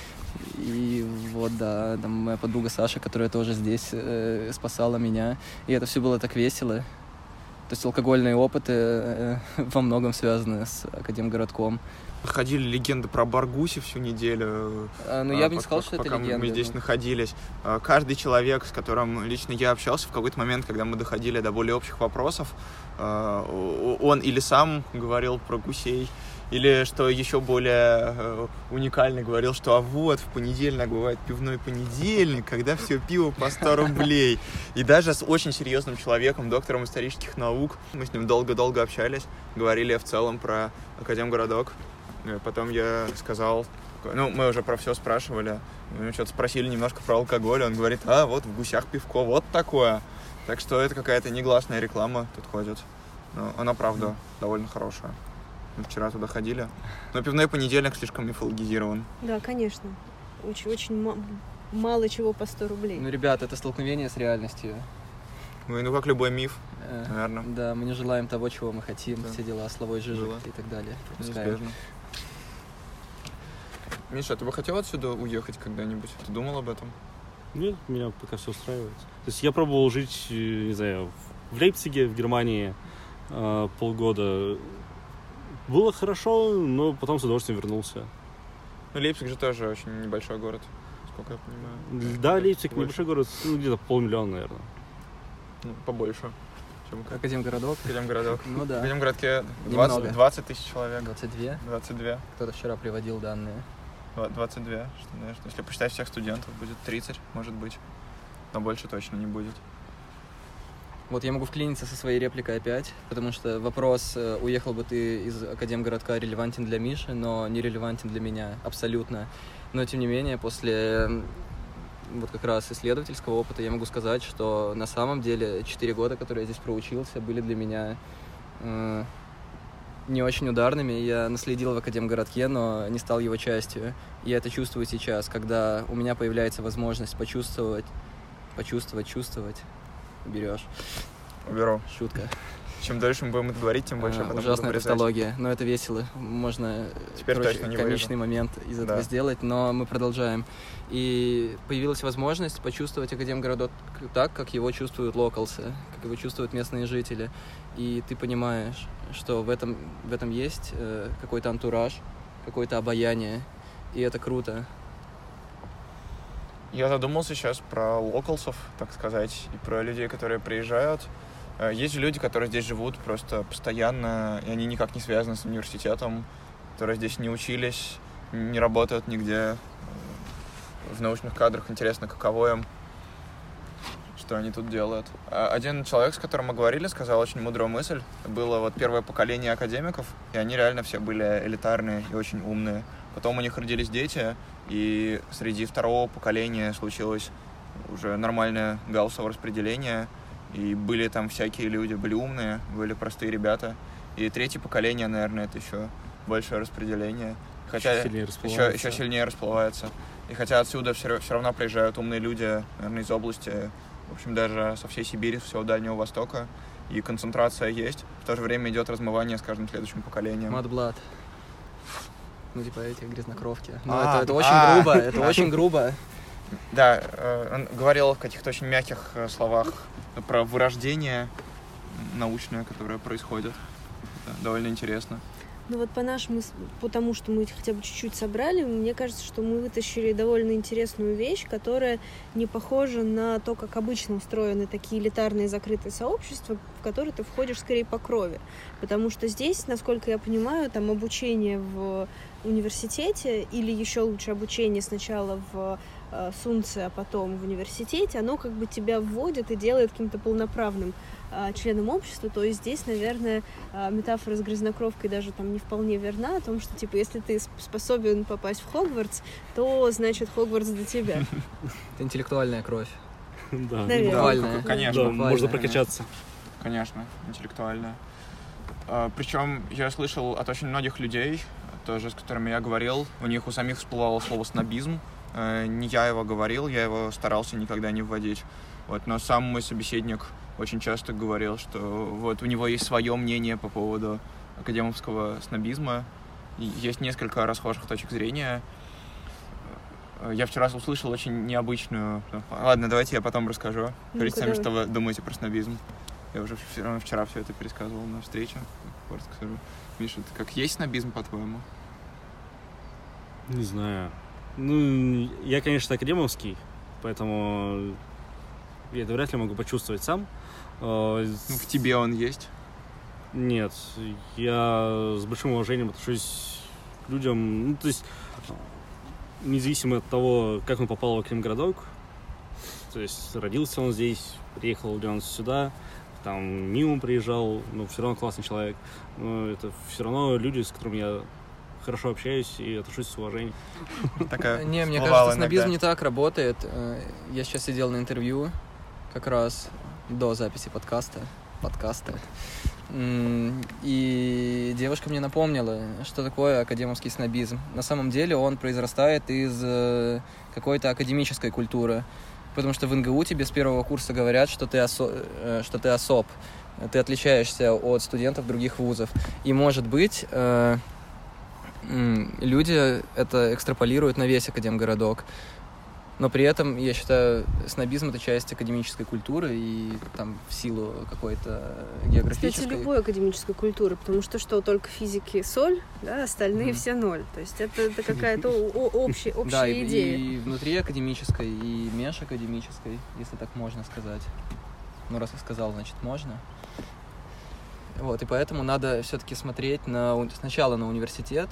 и вот, да, там моя подруга Саша, которая тоже здесь спасала меня, и это все было так весело. То есть алкогольные опыты во многом связаны с Академгородком. Ходили легенды про бар Гуси всю неделю. Я бы не сказал, что это легенда. Пока мы здесь находились. Каждый человек, с которым лично я общался, в какой-то момент, когда мы доходили до более общих вопросов, он или сам говорил про гусей, или, что еще более уникально, говорил, что вот в понедельник бывает пивной понедельник, когда все пиво по 100 рублей. И даже с очень серьезным человеком, доктором исторических наук, мы с ним долго-долго общались, говорили в целом про Академгородок. Потом я сказал, мы уже про все спрашивали, мы что-то спросили немножко про алкоголь, он говорит, вот в Гусях пивко, вот такое. Так что это какая-то негласная реклама тут ходит. Но она, правда, довольно хорошая. Мы вчера туда ходили. Но пивной понедельник слишком мифологизирован. Да, конечно. Очень мало чего по 100 рублей. Ребят, это столкновение с реальностью. Как любой миф, наверное. Да, мы не желаем того, чего мы хотим, все дела, словой жижик и так далее. Неизбежно. Миша, ты бы хотел отсюда уехать когда-нибудь? Ты думал об этом? Нет, меня пока все устраивает. То есть я пробовал жить, не знаю, в Лейпциге, в Германии полгода. Было хорошо, но потом с удовольствием вернулся. Ну, Лейпциг же тоже очень небольшой город, сколько я понимаю. Да, Лейпциг Больше. небольшой город, где-то 500 000, наверное. Ну, побольше, чем Академгородок. Академгородок. Ну В да. Академгородке Немного. 20 тысяч человек. 22. 22. Кто-то вчера приводил данные. 22, что, знаешь, если посчитать всех студентов, будет 30, может быть. Но больше точно не будет. Вот я могу вклиниться со своей репликой опять, потому что вопрос, уехал бы ты из Академгородка, релевантен для Миши, но не релевантен для меня абсолютно. Но тем не менее, после вот как раз исследовательского опыта я могу сказать, что на самом деле 4 года, которые я здесь проучился, были для меня не очень ударными. Я наследил в Академгородке, но не стал его частью. И я это чувствую сейчас, когда у меня появляется возможность почувствовать. Берешь. Уберу. Шутка. Чем дольше мы будем это говорить, тем больше я потом буду Ужасная вырезать. тавтология, но это весело. Можно, Теперь точно не комичный момент из этого сделать, но мы продолжаем. И появилась возможность почувствовать Академгородок так, как его чувствуют локалсы, как его чувствуют местные жители. И ты понимаешь, что в этом есть какой-то антураж, какое-то обаяние, и это круто. Я задумался сейчас про локалсов, так сказать, и про людей, которые приезжают. Есть же люди, которые здесь живут просто постоянно, и они никак не связаны с университетом, которые здесь не учились, не работают нигде в научных кадрах. Интересно, каково им, что они тут делают. Один человек, с которым мы говорили, сказал очень мудрую мысль. Было вот первое поколение академиков, и они реально все были элитарные и очень умные. Потом у них родились дети, и среди второго поколения случилось уже нормальное гаусsoво распределение, и были там всякие люди, были умные, были простые ребята. И третье поколение, наверное, это еще большее распределение. Хотя еще сильнее расплывается. И хотя отсюда все равно приезжают умные люди, наверное, из области, в общем, даже со всей Сибири, со всего Дальнего Востока, и концентрация есть, в то же время идет размывание с каждым следующим поколением. Mudblood. Ну, типа эти грязнокровки. Но это очень грубо, это очень грубо. Да, он говорил в каких-то очень мягких словах про вырождение научное, которое происходит. Это довольно интересно. Ну вот по тому, что мы хотя бы чуть-чуть собрали, мне кажется, что мы вытащили довольно интересную вещь, которая не похожа на то, как обычно устроены такие элитарные закрытые сообщества, в которые ты входишь скорее по крови. Потому что здесь, насколько я понимаю, там обучение в университете или еще лучше обучение сначала в Сунце, а потом в университете, оно как бы тебя вводит и делает каким-то полноправным членом общества. То есть здесь, наверное, метафора с грязнокровкой даже там не вполне верна, о том, что, типа, если ты способен попасть в Хогвартс, то, значит, Хогвартс для тебя. Это интеллектуальная кровь. Да, Буквальная. Конечно. можно прокачаться. Конечно, интеллектуальная. Причем я слышал от очень многих людей, тоже с которыми я говорил, у них у самих всплывало слово «снобизм». Не я его говорил, я его старался никогда не вводить. Вот, но сам мой собеседник очень часто говорил, что вот у него есть свое мнение по поводу академовского снобизма. И есть несколько расхожих точек зрения. Я вчера услышал очень необычную... Ладно, давайте я потом расскажу. Говорите сами, что вы думаете про снобизм. Я уже вчера все это пересказывал на встрече. Коротко скажу. Миша, это как есть снобизм, по-твоему? Не знаю. Ну, я, конечно, академовский, поэтому я это вряд ли могу почувствовать сам. Ну, в тебе он есть? Нет, я с большим уважением отношусь к людям, ну, то есть, независимо от того, как он попал в Академгородок, то есть, родился он здесь, приехал ли он сюда, там, мимо приезжал, но все равно классный человек, но это все равно люди, с которыми я хорошо общаюсь и отношусь с уважением. Не, мне кажется, снобизм не так работает. Я сейчас сидел на интервью, как раз до записи подкаста. И девушка мне напомнила, что такое академовский снобизм. На самом деле он произрастает из какой-то академической культуры. Потому что в НГУ тебе с первого курса говорят, что ты особ. Ты отличаешься от студентов других вузов. И, может быть, люди это экстраполируют на весь Академгородок. Но при этом, я считаю, снобизм — это часть академической культуры, и там в силу какой-то географической... Кстати, любой академической культуры, потому что только физики соль, да, остальные все ноль. То есть это какая-то общая идея. И внутри академической, и межакадемической, если так можно сказать. Ну, раз я сказал, значит, можно. Вот, и поэтому надо все-таки смотреть сначала на университет,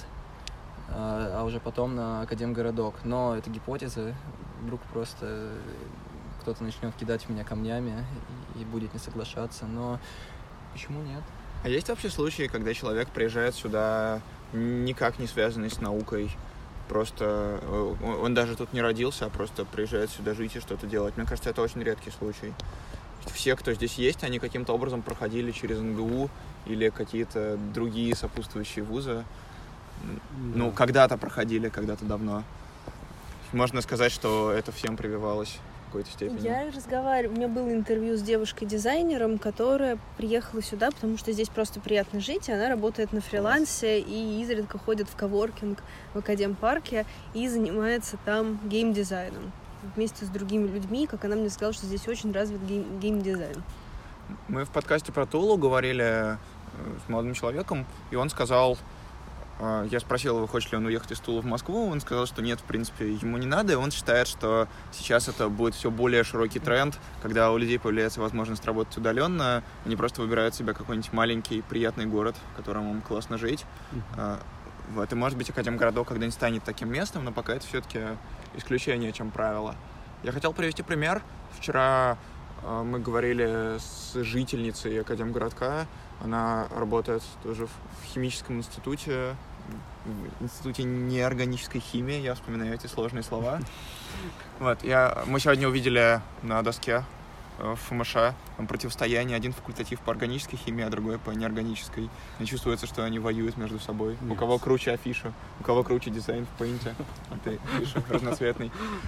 а уже потом на академгородок. Но это гипотеза. Вдруг просто кто-то начнет кидать в меня камнями и будет не соглашаться. Но почему нет? А есть вообще случаи, когда человек приезжает сюда никак не связанный с наукой? Просто он даже тут не родился, а просто приезжает сюда жить и что-то делать. Мне кажется, это очень редкий случай. Все, кто здесь есть, они каким-то образом проходили через МГУ или какие-то другие сопутствующие вузы. Ну, когда-то проходили, когда-то давно. Можно сказать, что это всем прививалось в какой-то степени. Я разговариваю, у меня было интервью с девушкой-дизайнером, которая приехала сюда, потому что здесь просто приятно жить, и она работает на фрилансе и изредка ходит в коворкинг в Академпарке и занимается там геймдизайном вместе с другими людьми. Как она мне сказала, что здесь очень развит геймдизайн. Мы в подкасте про Тулу говорили с молодым человеком, и он сказал... Я спросил его, хочет ли он уехать из Тулы в Москву. Он сказал, что нет, в принципе, ему не надо. И он считает, что сейчас это будет все более широкий тренд, когда у людей появляется возможность работать удаленно. Они просто выбирают себе какой-нибудь маленький, приятный город, в котором им классно жить. Вот. И, может быть, Академгородок когда-нибудь станет таким местом, но пока это все-таки исключение, чем правило. Я хотел привести пример. Вчера мы говорили с жительницей Академгородка. Она работает тоже в химическом институте, в институте неорганической химии. Я вспоминаю эти сложные слова. Вот, мы сегодня увидели на доске в ФМШ противостояние. Один факультатив по органической химии, а другой по неорганической. И чувствуется, что они воюют между собой. У кого круче афиша, у кого круче дизайн в Paint. Это афиша разноцветный.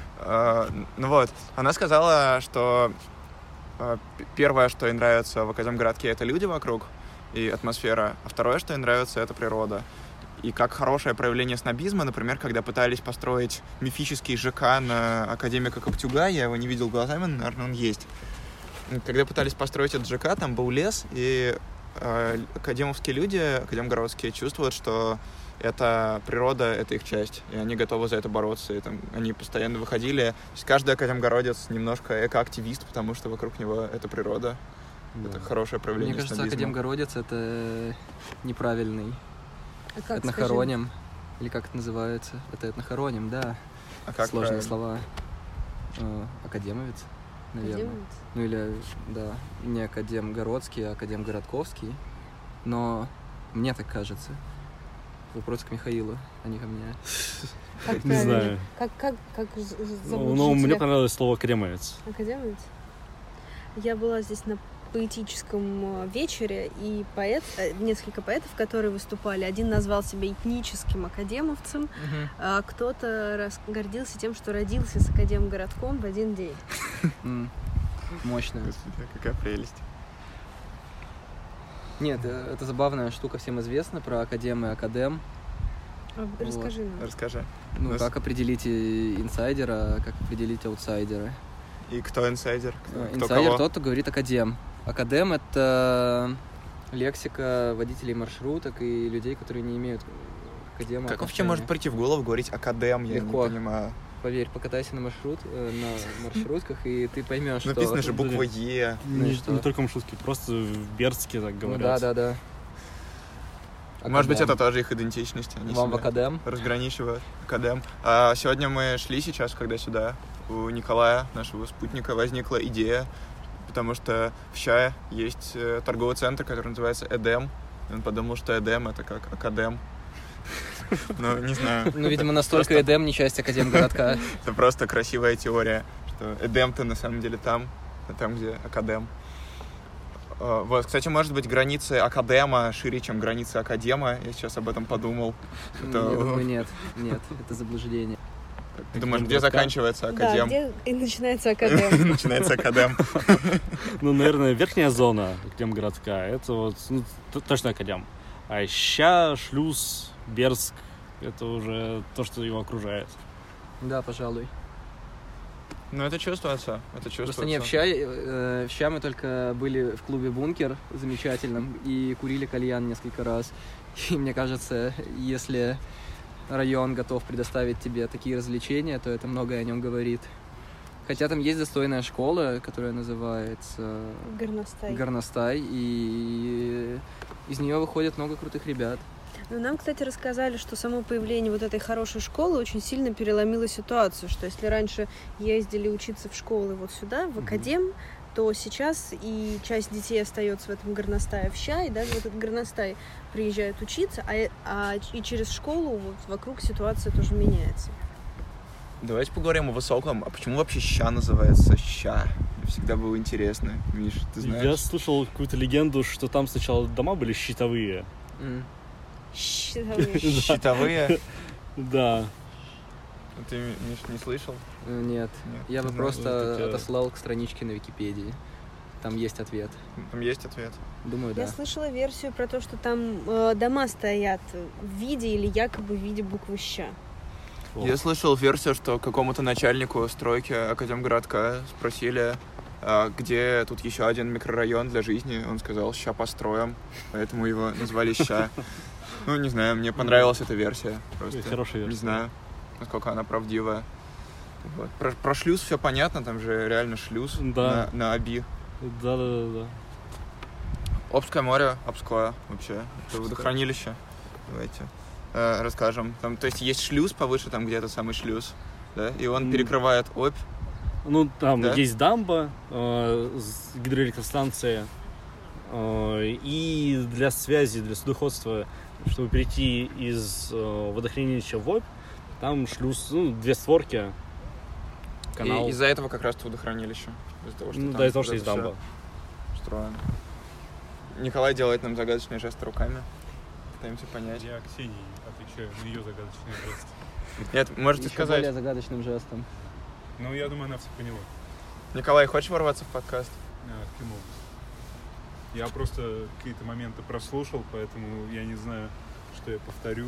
Ну вот, она сказала, что первое, что ей нравится в Академгородке, это люди вокруг и атмосфера, а второе, что ей нравится, это природа. И как хорошее проявление снобизма, например, когда пытались построить мифический ЖК на академика Коптюга, я его не видел глазами, но, наверное, он есть. Когда пытались построить этот ЖК, там был лес, и академовские люди, академгородские, чувствуют, что это природа, это их часть, и они готовы за это бороться, и там они постоянно выходили. То есть каждый академгородец немножко экоактивист, потому что вокруг него это природа. Да. Это хорошее проявление снобизма. Мне кажется, академгородец — это неправильный этнохороним. Или как это называется? Это этнохороним, да. А как сложные правильно? Слова. Академовец, наверное. Академовец? Ну или, да, не академгородский, а академгородковский. Но мне так кажется. Вопрос к Михаилу, а не ко мне. Не знаю. Как зовут Ну, мне жителя? понравилось слово «академовец». Академовец? Я была здесь на поэтическом вечере, и несколько поэтов, которые выступали, один назвал себя этническим академовцем, а кто-то гордился тем, что родился с Академгородком в один день. Мощно. Господи, какая прелесть. Нет, это забавная штука, всем известна про академ и академ. Расскажи нам. Расскажи. Ну, как определить инсайдера, как определить аутсайдера. И кто инсайдер? Кто Инсайдер кого? тот, кто говорит академ. Академ — это лексика водителей маршруток и людей, которые не имеют к академу Как вообще отношения. может прийти в голову говорить академ, я Легко. не понимаю. Поверь, покатайся на маршрутках, и ты поймешь, что... Написано же буква Е. Ну и Не, что? не только маршрутки, просто в Бердске так Ну говорят. да. Может быть, Академ. это тоже их идентичность. Они Вам в себя академ? разграничивают. Академ. А сегодня мы шли сейчас, когда сюда, у Николая, нашего спутника, возникла идея, потому что в Чае есть торговый центр, который называется Эдем. И он подумал, что Эдем — это как академ. Ну, не знаю. Ну, видимо, настолько Эдем не часть академгородка. Это просто красивая теория, что Эдем-то на самом деле там где академ. Вот, кстати, может быть, границы академа шире, чем границы академа. Я сейчас об этом подумал. Я думаю, нет, это заблуждение. Ты думаешь, где заканчивается академ? Да, где и начинается академ. Начинается академ. Ну, наверное, верхняя зона академгородка, это вот точно академ. А ща, Шлюз, Бердск, это уже то, что его окружает. Да, пожалуй. Ну, это чувствуется. Просто не в ща мы только были в клубе «Бункер» замечательном и курили кальян несколько раз. И мне кажется, если район готов предоставить тебе такие развлечения, то это многое о нем говорит. Хотя там есть достойная школа, которая называется Горностай, и из нее выходит много крутых ребят. Ну, нам, кстати, рассказали, что само появление вот этой хорошей школы очень сильно переломило ситуацию, что если раньше ездили учиться в школы вот сюда, в академ, то сейчас и часть детей остается в этом Горностае в ща, и даже в этот Горностай приезжают учиться, и через школу вот вокруг ситуация тоже меняется. Давайте поговорим о высоком. А почему вообще ща называется ща? Мне всегда было интересно. Миш, ты знаешь? Я слышал какую-то легенду, что там сначала дома были щитовые. Щитовые? Да. Ты, Миш, не слышал? Нет. Я бы просто отослал к страничке на Википедии. Там есть ответ. Там есть ответ? Думаю, да. Я слышала версию про то, что там дома стоят в виде или якобы в виде буквы «ща». Я слышал версию, что какому-то начальнику стройки Академгородка спросили, где тут еще один микрорайон для жизни. Он сказал, ща построим, поэтому его назвали ща. Ну, не знаю, мне понравилась эта версия. Просто хорошая версия. Не знаю, насколько она правдивая. Вот. Про шлюз все понятно, там же реально шлюз на Оби. Да. Обское море, Обское вообще. Это водохранилище. Давайте расскажем. Там, то есть есть шлюз повыше, там где-то самый шлюз, да? И он перекрывает Обь. Ну, там да? есть дамба, гидроэлектростанция, и для связи, для судоходства, чтобы перейти из водохранилища в Обь, там шлюз, две створки, канал. И из-за этого как раз водохранилище. Из-за того, что из-за того, что есть дамба. Строено. Николай делает нам загадочные жесты руками. Пытаемся понять. Я Ксении отвечаю на ее загадочные жесты. Нет, можете Еще сказать. более загадочным жестом. Ну, я думаю, она все поняла. Николай, хочешь ворваться в подкаст? Каким образом? Я просто какие-то моменты прослушал, поэтому я не знаю, что я повторю.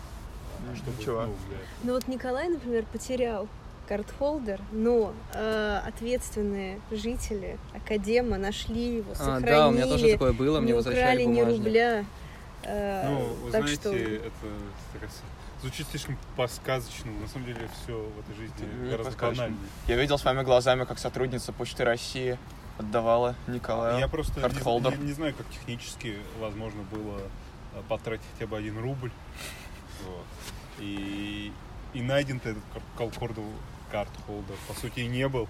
Чего? Ну вот Николай, например, потерял карт-холдер, но ответственные жители Академа нашли его, сохранили. Да, у меня тоже такое было, мне возвращали бумажник. Не украли ни рубля. Ну, вы так знаете, что... это звучит слишком по-сказочному. На самом деле все в этой жизни гораздо банальнее. Я видел своими глазами, как сотрудница Почты России отдавала Николаю Я просто карт-холдер. не знаю, как технически возможно было потратить хотя бы 1 рубль. Вот. И найден-то этот карт-холдер, по сути, и не был.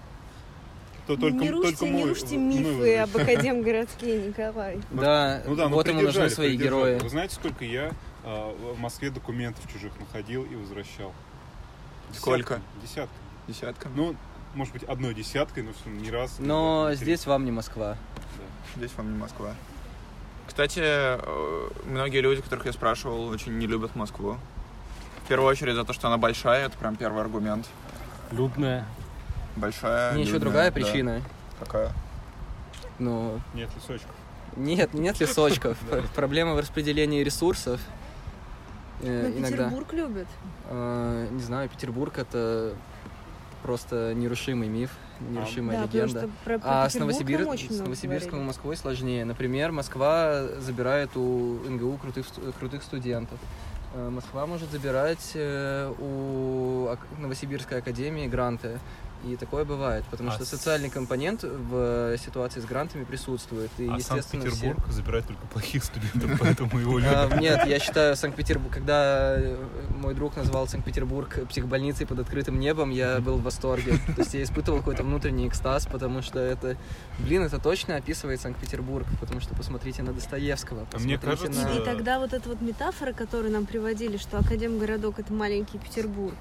Не рушьте мифы об Академгородке, Николай. Да, вот ему нужны свои герои. Вы знаете, сколько я в Москве документов чужих находил и возвращал? Сколько? Десятками. Ну, может быть, 1 десяткой, но не раз. Но здесь вам не Москва. Да. Здесь вам не Москва. Кстати, многие люди, которых я спрашивал, очень не любят Москву. В первую очередь за то, что она большая, это прям первый аргумент. Людная. Большая. Еще другая причина. Какая? Ну. Нет лесочков. Нет лесочков. Проблема в распределении ресурсов. Но Петербург любит. Не знаю, Петербург — это просто нерушимый миф, нерушимая легенда. А с Новосибирском и Москвой сложнее. Например, Москва забирает у НГУ крутых студентов. Москва может забирать у Новосибирской академии гранты. И такое бывает, потому что социальный компонент в ситуации с грантами присутствует. И, естественно, Санкт-Петербург забирает только плохих студентов, поэтому его любят. Нет, я считаю, Санкт-Петербург, когда мой друг назвал Санкт-Петербург психбольницей под открытым небом, я был в восторге. То есть я испытывал какой-то внутренний экстаз, потому что это точно описывает Санкт-Петербург, потому что посмотрите на Достоевского. Мне кажется... И тогда вот эта вот метафора, которую нам приводили, что Академгородок — это маленький Петербург,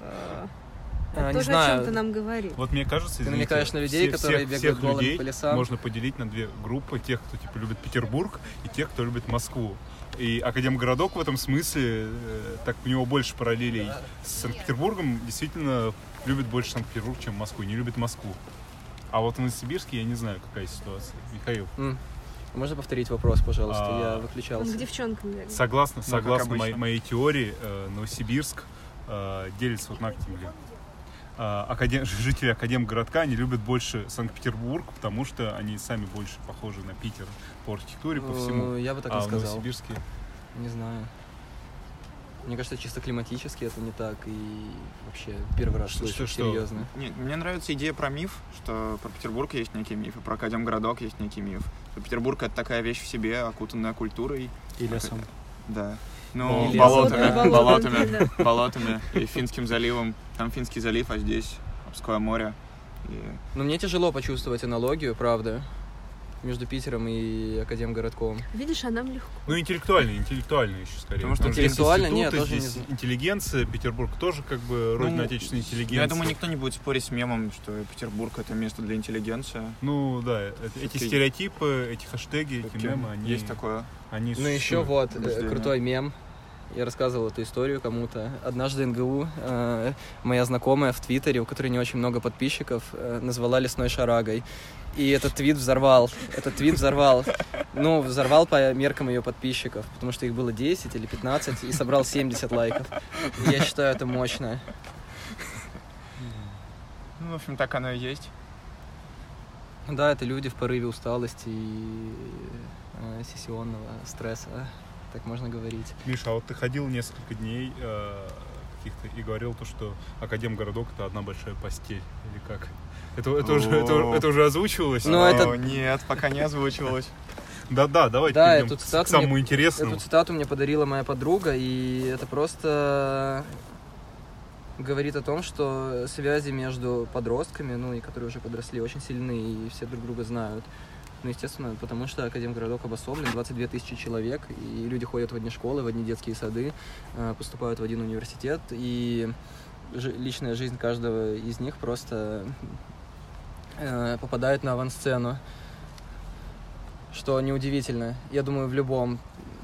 это тоже о чем-то нам говорит. Вот мне кажется, ты намекаешь на людей, которые бегают голыми по лесам. Можно поделить на 2 группы: тех, кто типа любит Петербург, и тех, кто любит Москву. И Академгородок в этом смысле, так у него больше параллелей с Санкт-Петербургом, действительно любит больше Санкт-Петербург, чем Москву, не любит Москву. А вот в Новосибирске я не знаю, какая ситуация. Михаил. Можно повторить вопрос, пожалуйста? Я выключался. Он к девчонкам бегает. Согласно моей теории, Новосибирск делится вот на какие. жители Академгородка, они любят больше Санкт-Петербург, потому что они сами больше похожи на Питер по архитектуре, по всему. Я бы так не сказал. В Новосибирске? Не знаю. Мне кажется, чисто климатически это не так, и вообще первый раз слышу, серьезно. Нет, мне нравится идея про миф, что про Петербург есть некий миф, и про Академгородок есть некий миф. Что Петербург — это такая вещь в себе, окутанная культурой. И лесом. Да. Ну, И болотами и Финским заливом. Там Финский залив, а здесь Обское море. Но мне тяжело почувствовать аналогию, правда, между Питером и Академгородком. Видишь, а нам легко. Ну, интеллектуально еще скорее. Потому что интеллектуально нет, тоже не знаю. Интеллигенция, Петербург тоже как бы родина отечественной интеллигенции. Я думаю, никто не будет спорить с мемом, что Петербург — это место для интеллигенции. Ну, да, эти стереотипы, эти хэштеги, эти мемы, они... Есть такое. Они ну, еще вот крутой мем. Я рассказывал эту историю кому-то. Однажды НГУ, моя знакомая в Твиттере, у которой не очень много подписчиков, назвала лесной шарагой. И этот твит взорвал. Ну, взорвал по меркам ее подписчиков, потому что их было 10 или 15, и собрал 70 лайков. И я считаю, это мощно. Ну, в общем, так оно и есть. Да, это люди в порыве усталости и сессионного стресса. Так можно говорить. Миша, а вот ты ходил несколько дней каких-то и говорил то, что Академгородок — это одна большая постель, или как? Это уже озвучивалось? Нет, пока не озвучивалось. Да, давайте перейдем к самому интересному. Эту цитату мне подарила моя подруга, и это просто говорит о том, что связи между подростками, ну и которые уже подросли, очень сильны, и все друг друга знают. Ну, естественно, потому что Академгородок обособлен, 22 тысячи человек, и люди ходят в одни школы, в одни детские сады, поступают в один университет, и личная жизнь каждого из них просто попадает на авансцену, что неудивительно. Я думаю, в любом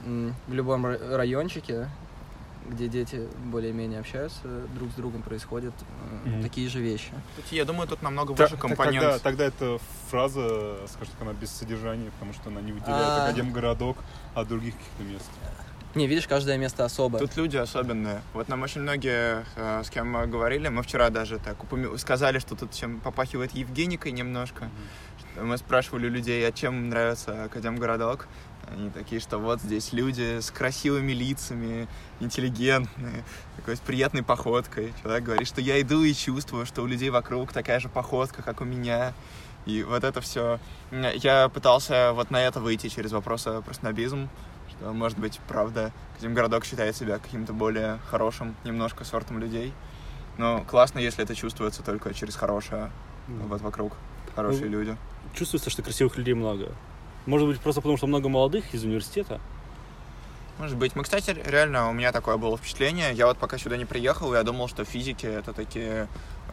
райончике, где дети более-менее общаются друг с другом, происходят такие же вещи. Я думаю, тут намного выше компонент. Тогда эта фраза, скажем так, она без содержания, потому что она не выделяет Академгородок от других каких-то мест. Не, видишь, каждое место особое. Тут люди особенные. Вот нам очень многие, с кем мы говорили, мы вчера даже так сказали, что тут чем попахивает Евгеникой немножко. Мы спрашивали людей, а чем нравится Академгородок. Они такие, что вот здесь люди с красивыми лицами, интеллигентные, такой с приятной походкой. Человек говорит, что я иду и чувствую, что у людей вокруг такая же походка, как у меня. И вот это все. Я пытался вот на это выйти через вопрос про снобизм, что, может быть, правда, Академгородок считает себя каким-то более хорошим немножко сортом людей. Но классно, если это чувствуется только через хорошее. Вот вокруг хорошие люди. Чувствуется, что красивых людей много. Может быть, просто потому, что много молодых из университета? Может быть. Кстати, реально, у меня такое было впечатление. Я вот пока сюда не приехал, я думал, что физики — это такие,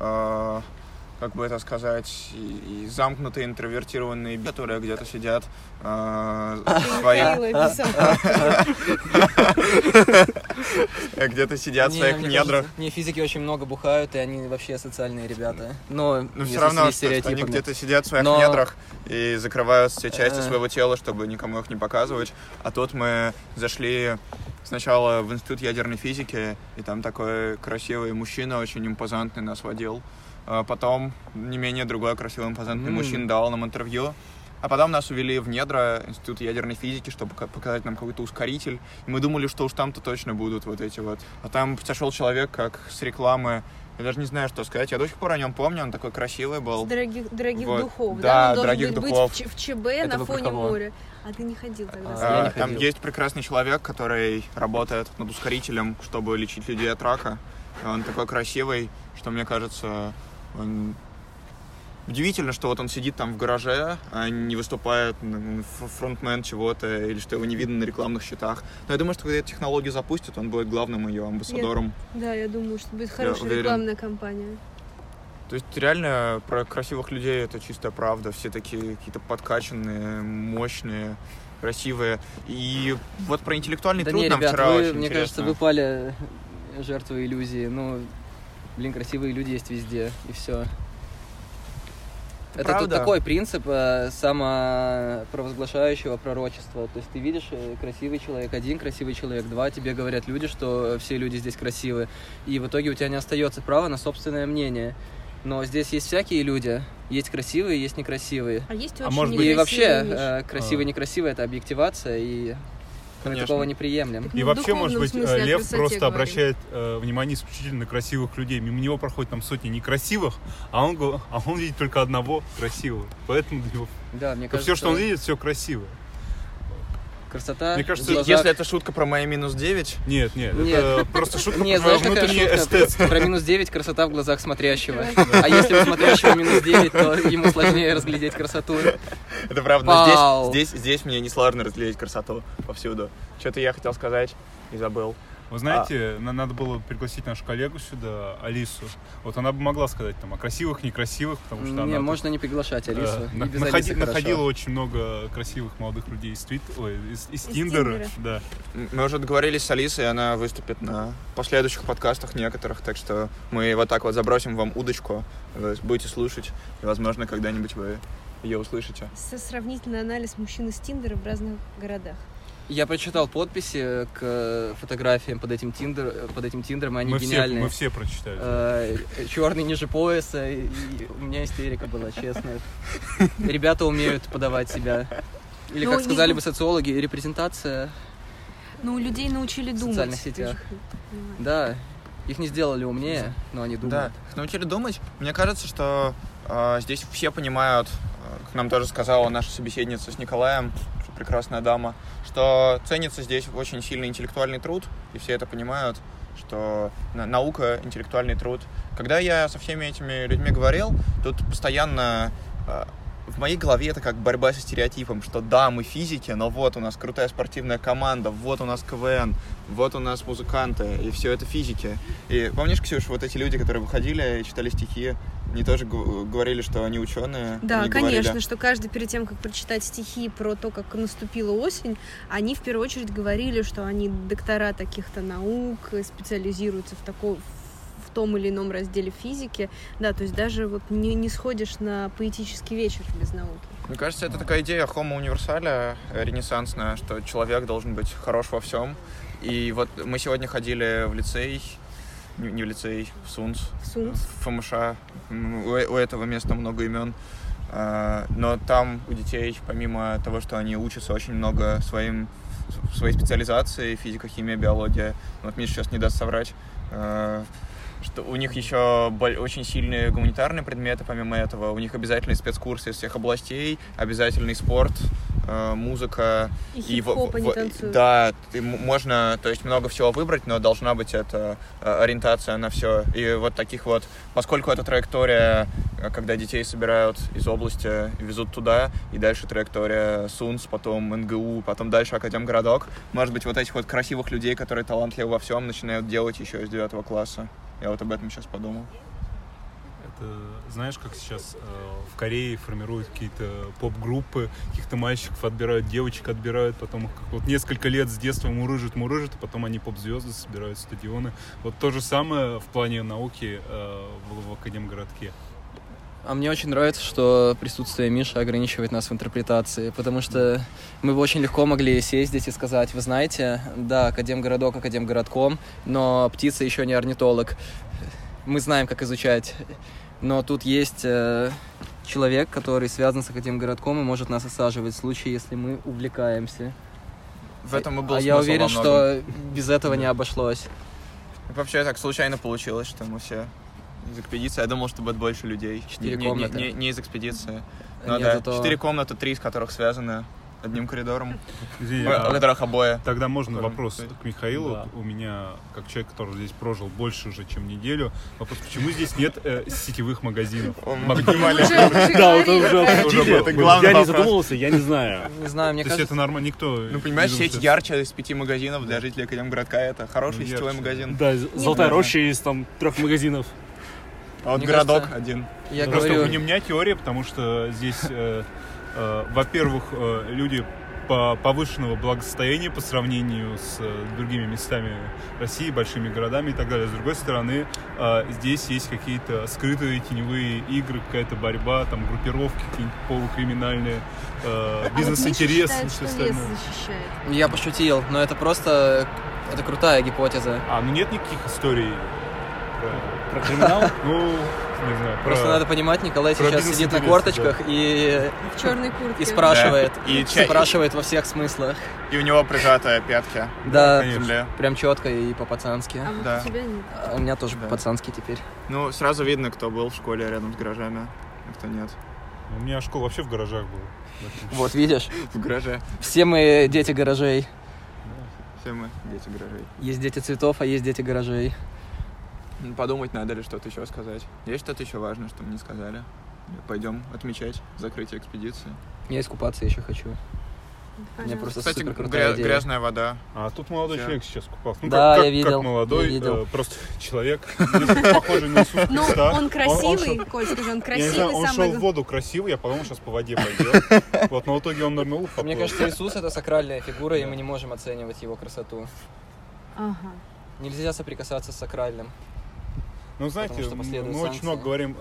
как бы это сказать, и замкнутые, интровертированные, которые где-то сидят где-то сидят в своих недрах. Не, физики очень много бухают, и они вообще социальные ребята. Но все равно, что они где-то сидят в своих недрах и закрывают все части своего тела, чтобы никому их не показывать. А тут мы зашли сначала в Институт ядерной физики, и там такой красивый мужчина, очень импозантный, нас водил. А потом не менее другой красивый импозантный мужчина дал нам интервью. А потом нас увели в недра Института ядерной физики, чтобы показать нам какой-то ускоритель. И мы думали, что уж там-то точно будут вот эти вот. А там сошел человек, как с рекламы. Я даже не знаю, что сказать. Я до сих пор о нем помню, он такой красивый был. С дорогих вот. духов, да? Он дорогих должен духов. быть в ЧБ это на фоне моря. А ты не ходил тогда? Я не ходил. Там есть прекрасный человек, который работает над ускорителем, чтобы лечить людей от рака. Он такой красивый, что, мне кажется, он... Удивительно, что вот он сидит там в гараже, а не выступает фронтмен чего-то, или что его не видно на рекламных счетах. Но я думаю, что когда эту технологию запустят, он будет главным ее амбассадором. Да, я думаю, что будет хорошая рекламная кампания. То есть реально про красивых людей это чистая правда. Все такие какие-то подкачанные, мощные, красивые. И вот про интеллектуальный труд нам ребят, вчера очень мне интересно. кажется, вы пали жертвой иллюзии. Ну, красивые люди есть везде, и все. Это тут такой принцип самопровозглашающего пророчества. То есть ты видишь красивый человек, один красивый человек, два, тебе говорят люди, что все люди здесь красивы. И в итоге у тебя не остается права на собственное мнение. Но здесь есть всякие люди. Есть красивые, есть некрасивые. А есть очень некрасивые. И вообще, красивый и некрасивый — это объективация, и мы такого не приемлем. И вообще, может быть, Лев просто обращает внимание исключительно на красивых людей. Мимо него проходит там сотни некрасивых, а он видит только одного красивого. Поэтому для него все, что он видит, все красивое. Красота. Мне кажется, если это шутка про мои -9... Нет, это просто шутка про внутреннее эстетство. Про -9 красота в глазах смотрящего. А если у смотрящего -9, то ему сложнее разглядеть красоту. Это правда. Здесь мне не сложно разглядеть красоту повсюду. Что-то я хотел сказать и забыл. Вы знаете, надо было пригласить нашу коллегу сюда, Алису. Вот она бы могла сказать там о красивых, некрасивых, потому что она... можно не приглашать Алису. Находила очень много красивых молодых людей из Тиндера. Да. Мы уже договорились с Алисой, она выступит на последующих подкастах некоторых, так что мы вот так вот забросим вам удочку, вы будете слушать, и, возможно, когда-нибудь вы ее услышите. Сравнительный анализ мужчин из Тиндера в разных городах. Я прочитал подписи к фотографиям под этим Тиндером, и они гениальные. Мы все прочитали. Черный ниже пояса, и у меня истерика была, честно. Ребята умеют подавать себя. Или, как сказали бы социологи, репрезентация. Ну, людей научили думать. В социальных сетях. Да, их не сделали умнее, но они думают. Да, их научили думать. Мне кажется, что здесь все понимают, как нам тоже сказала наша собеседница с Николаем, прекрасная дама, что ценится здесь очень сильный интеллектуальный труд, и все это понимают, что наука, интеллектуальный труд. Когда я со всеми этими людьми говорил, тут постоянно в моей голове это как борьба со стереотипом, что да, мы физики, но вот у нас крутая спортивная команда, вот у нас КВН, вот у нас музыканты, и все это физики. И помнишь, Ксюш, вот эти люди, которые выходили и читали стихи, они тоже говорили, что они ученые. Да, они конечно, говорили... что каждый перед тем, как прочитать стихи про то, как наступила осень, они в первую очередь говорили, что они доктора таких-то наук, специализируются в том или ином разделе физики. Да, то есть даже вот не сходишь на поэтический вечер без науки. Мне кажется, это такая идея homo universalis, ренессансная, что человек должен быть хорош во всем. И вот мы сегодня ходили в лицей, не в лицей, в СУНС, в ФМШ. У этого места много имен. Но там у детей, помимо того, что они учатся очень много своей специализации, физика, химия, биология, вот Миша сейчас не даст соврать, что у них еще очень сильные гуманитарные предметы, помимо этого. У них обязательные спецкурсы из всех областей, обязательный спорт, музыка. И хип-хоп они танцуют. Да, можно, то есть много всего выбрать, но должна быть эта ориентация на все. И вот таких вот, поскольку это траектория, когда детей собирают из области и везут туда, и дальше траектория СУНС, потом МГУ, потом дальше Академгородок, может быть, вот этих вот красивых людей, которые талантливы во всем, начинают делать еще из 9 класса. Я вот об этом сейчас подумал. Это, знаешь, как сейчас в Корее формируют какие-то поп-группы, каких-то мальчиков отбирают, девочек отбирают, потом их вот несколько лет с детства мурыжат, а потом они поп-звезды, собирают стадионы. Вот то же самое в плане науки в Академгородке. А мне очень нравится, что присутствие Миши ограничивает нас в интерпретации, потому что мы бы очень легко могли сесть здесь и сказать: вы знаете, да, Академгородок Академгородком, но птица еще не орнитолог. Мы знаем, как изучать. Но тут есть человек, который связан с Академгородком и может нас осаживать в случае, если мы увлекаемся. В этом и был смысл. Я уверен, что без этого не обошлось. Вообще так случайно получилось, что мы все из экспедиции. Я думал, что будет больше людей. 4 комнаты. Не из экспедиции. Но да, 4 комнаты, 3 из которых связаны одним коридором, у которых обои. Тогда можно вопрос к Михаилу. Да. У меня, как человек, который здесь прожил больше уже, чем неделю, вопрос: почему здесь нет сетевых магазинов? Да, вот уже был. Я не задумывался, я не знаю. Не знаю, мне кажется... это нормально, никто... Ну, понимаешь, сеть ярче из 5 магазинов для жителей Академгородка — это хороший сетевой магазин. Да, Золотая роща из 3 магазинов. А вот городок один. Просто у меня теория, потому что здесь... Во-первых, люди повышенного благосостояния по сравнению с другими местами России, большими городами и так далее. С другой стороны, здесь есть какие-то скрытые теневые игры, какая-то борьба, там группировки какие-нибудь полукриминальные, бизнес-интересы. А вот Миша считает, что лес защищает. Я пошутил, но это просто... Это крутая гипотеза. Ну нет никаких историй Про криминал? Ну, не знаю. Просто надо понимать, Николай сейчас сидит на корточках и В черной куртке. спрашивает. Да. И спрашивает во всех смыслах. И у него прижатая пятка Да, к земле. прям четко и по-пацански. А вот Да. у тебя нет. А у меня тоже Да. по-пацански теперь. Ну, сразу видно, кто был в школе рядом с гаражами, а кто нет. У меня школа вообще в гаражах была. Вот, видишь? В гараже. Все мы дети гаражей. Все мы дети гаражей. Есть дети цветов, а есть дети гаражей. Подумать, надо ли что-то еще сказать. Есть что-то еще важное, что мы не сказали? Пойдем отмечать закрытие экспедиции. Я искупаться еще хочу. Мне просто Кстати, супер крутая идея. грязная вода. А тут молодой Всё. человек сейчас купался. Ну, Да, как я видел, Как молодой, я видел. просто человек, похожий на Иисуса Ну, Христа. он красивый, шел- Коль, скажи, он Я не красивый, знаю, он самый... шел в воду красивый, я подумал, сейчас по воде пойдет. Вот, но в итоге он нырнул. поплыл. Мне кажется, Иисус — это сакральная фигура, и мы не можем оценивать его красоту. Ага. Нельзя соприкасаться с сакральным. Ну, знаете, потому что мы последуют очень санкции. много говорим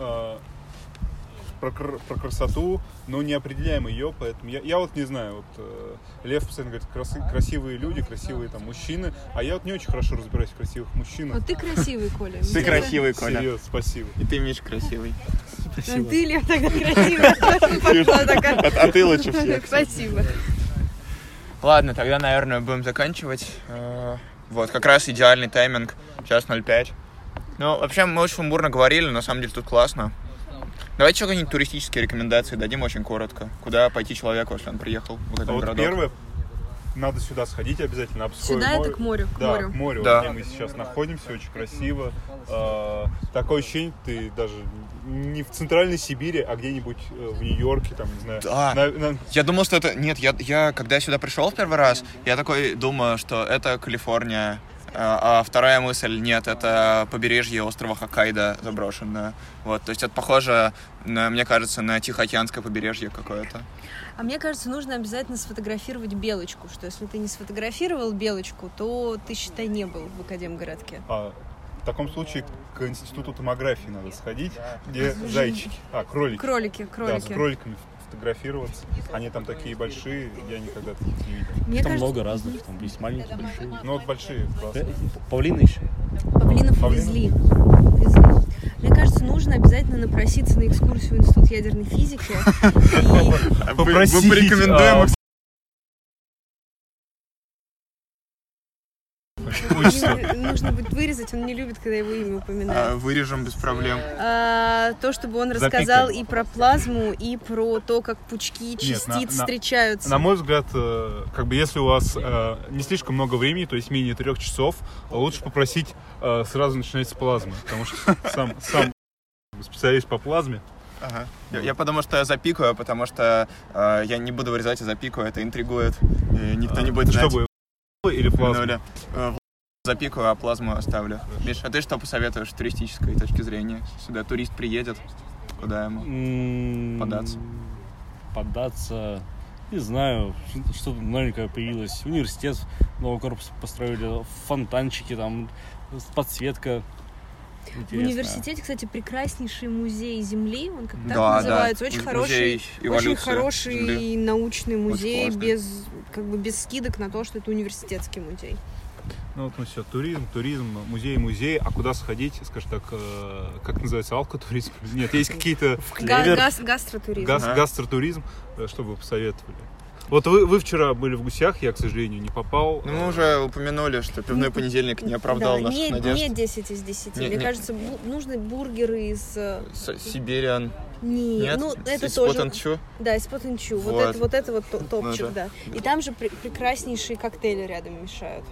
про красоту, но не определяем ее, поэтому я вот не знаю, вот Лев постоянно говорит, красивые люди, красивые там мужчины, а я вот не очень хорошо разбираюсь в красивых мужчинах. Вот ты красивый, Коля. Ты красивый, Коля. Серьезно, спасибо. И ты, Миш, красивый. Ну, ты, Лев, тогда красивый. Пошла такая. А ты лучше всех. Спасибо. Ладно, тогда, наверное, будем заканчивать. Вот, как раз идеальный тайминг. Сейчас 0:05. Ну, вообще, мы очень сумбурно говорили, на самом деле тут классно. Давайте еще какие-нибудь туристические рекомендации дадим очень коротко. Куда пойти человеку, если он приехал в этот А вот городок? первое, надо сюда сходить обязательно. Обское Сюда море. это к морю, к Да, морю. к морю, Да. вот где мы сейчас находимся, очень красиво. Такое ощущение, ты даже не в центральной Сибири, а где-нибудь в Нью-Йорке, там, не знаю. Да. Я думал, что это... Нет, я когда сюда пришел в первый раз, я такой думаю, что это Калифорния. А вторая мысль, нет, это побережье острова Хоккайдо заброшенное. Вот, то есть это похоже, мне кажется, на Тихоокеанское побережье какое-то. А мне кажется, нужно обязательно сфотографировать белочку, что если ты не сфотографировал белочку, то ты, считай, не был в Академгородке. В таком случае к институту томографии надо сходить, где зайчики, кролики. Кролики, Да, с кролики. кроликами фотографироваться. Они там такие большие, я никогда таких не видел. Мне Там кажется, много разных, там есть маленькие, большие. Ну вот большие, классно. Павлины еще. павлинов Павлинов? везли. Мне кажется, нужно обязательно напроситься на экскурсию в Институт ядерной физики. И Попросить, Мы порекомендуем их. нужно будет вырезать, он не любит, когда его имя упоминают. Вырежем без проблем. То, чтобы он рассказал и про плазму, и про то, как пучки частиц встречаются. На мой взгляд, как бы если у вас не слишком много времени, то есть менее 3 часов, лучше попросить сразу начинать с плазмы, потому что сам специалист по плазме. Ага. Я подумал, что я запикаю, потому что я не буду вырезать и запикаю, это интригует. И никто не будет знать. Что бы, или плазма? Запикаю, а плазму оставлю. Миш, а ты что посоветуешь с туристической точки зрения? Сюда турист приедет, куда ему податься? Податься... Не знаю, что-то новенькое появилось. Университет, новый корпус построили, фонтанчики, там, подсветка. В Интересная. университете, кстати, прекраснейший музей Земли, он как так Да, называется, да. очень Музей эволюции хороший Земли. научный музей, классный. без скидок на то, что это университетский музей. Ну вот мы все, туризм, музей, а куда сходить, скажем так, как называется, алкотуризм? Нет, есть какие-то... Гастротуризм. Гастротуризм, что бы вы посоветовали? Вот вы вчера были в Гусях, я, к сожалению, не попал. Ну, мы уже упомянули, что пивной понедельник не оправдал Да, наших надежд. не 10 из 10. Не- Мне не- кажется, нужны бургеры из... Сибириан. Нет, ну это из тоже... Spot&Chu? Да, из Spot Chu. Вот. Вот это вот топчик, Ну, да. да. И там же прекраснейшие коктейли рядом мешают.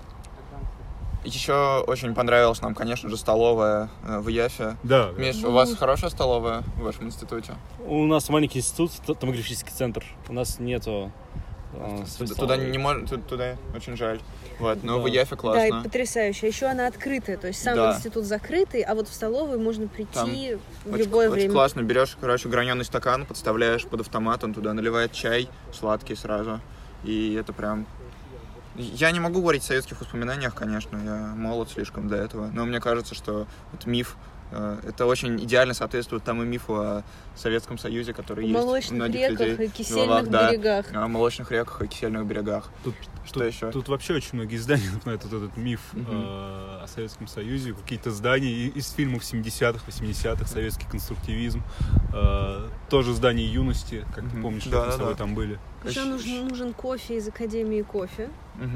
Еще очень понравилась нам, конечно же, столовая в Яфе. Да. Миш, у вас хорошая столовая в вашем институте? У нас маленький институт, томографический центр. У нас нету... Туда не можно, туда очень жаль. Вот, но Да. в Яфе Да, классно. и потрясающе. Еще она открытая, то есть сам Да. институт закрытый, а вот в столовую можно прийти Там в Очень- любое очень время. классно. Берешь, граненый стакан, подставляешь под автомат, он туда наливает чай сладкий сразу. И это прям... Я не могу говорить о советских воспоминаниях, конечно, я молод слишком для этого, но мне кажется, что вот миф, это очень идеально соответствует тому мифу о Советском Союзе, который есть у многих людей. Молочных реках и кисельных берегах. Да, о молочных реках и кисельных берегах. Что еще? Тут вообще очень многие издания напоминают этот миф о Советском Союзе, какие-то здания из фильмов 70-х, 80-х, советский конструктивизм, тоже здания юности, как ты помнишь, что мы с тобой там были. Еще нужен кофе из Академии кофе.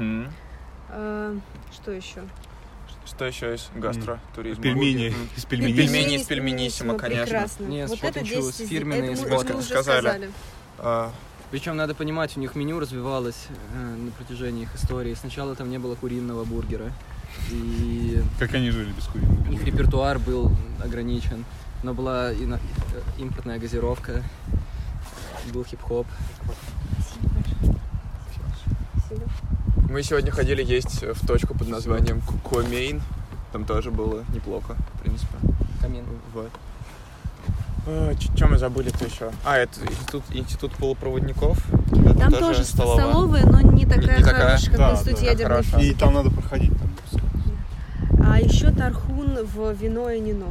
Что еще? Что еще из гастротуризма? Пельмени из Пельмени из Пельмениссимо, конечно. Прекрасно. Нет, вот это 10 фирменные это мы уже сказали. Причем надо понимать, у них меню развивалось на протяжении их истории. Сначала там не было куриного бургера. И как они жили без куриного бургера? Их репертуар был ограничен. Но была импортная газировка, был хип-хоп. Мы сегодня ходили есть в точку под названием Комейн. Там тоже было неплохо, в принципе. Камин. Вот. Что мы забыли-то еще? Это институт полупроводников. Там тоже столовая, но не такая хорошая, как институт ядерной физики. И там надо проходить. А еще Тархун в вино и нино.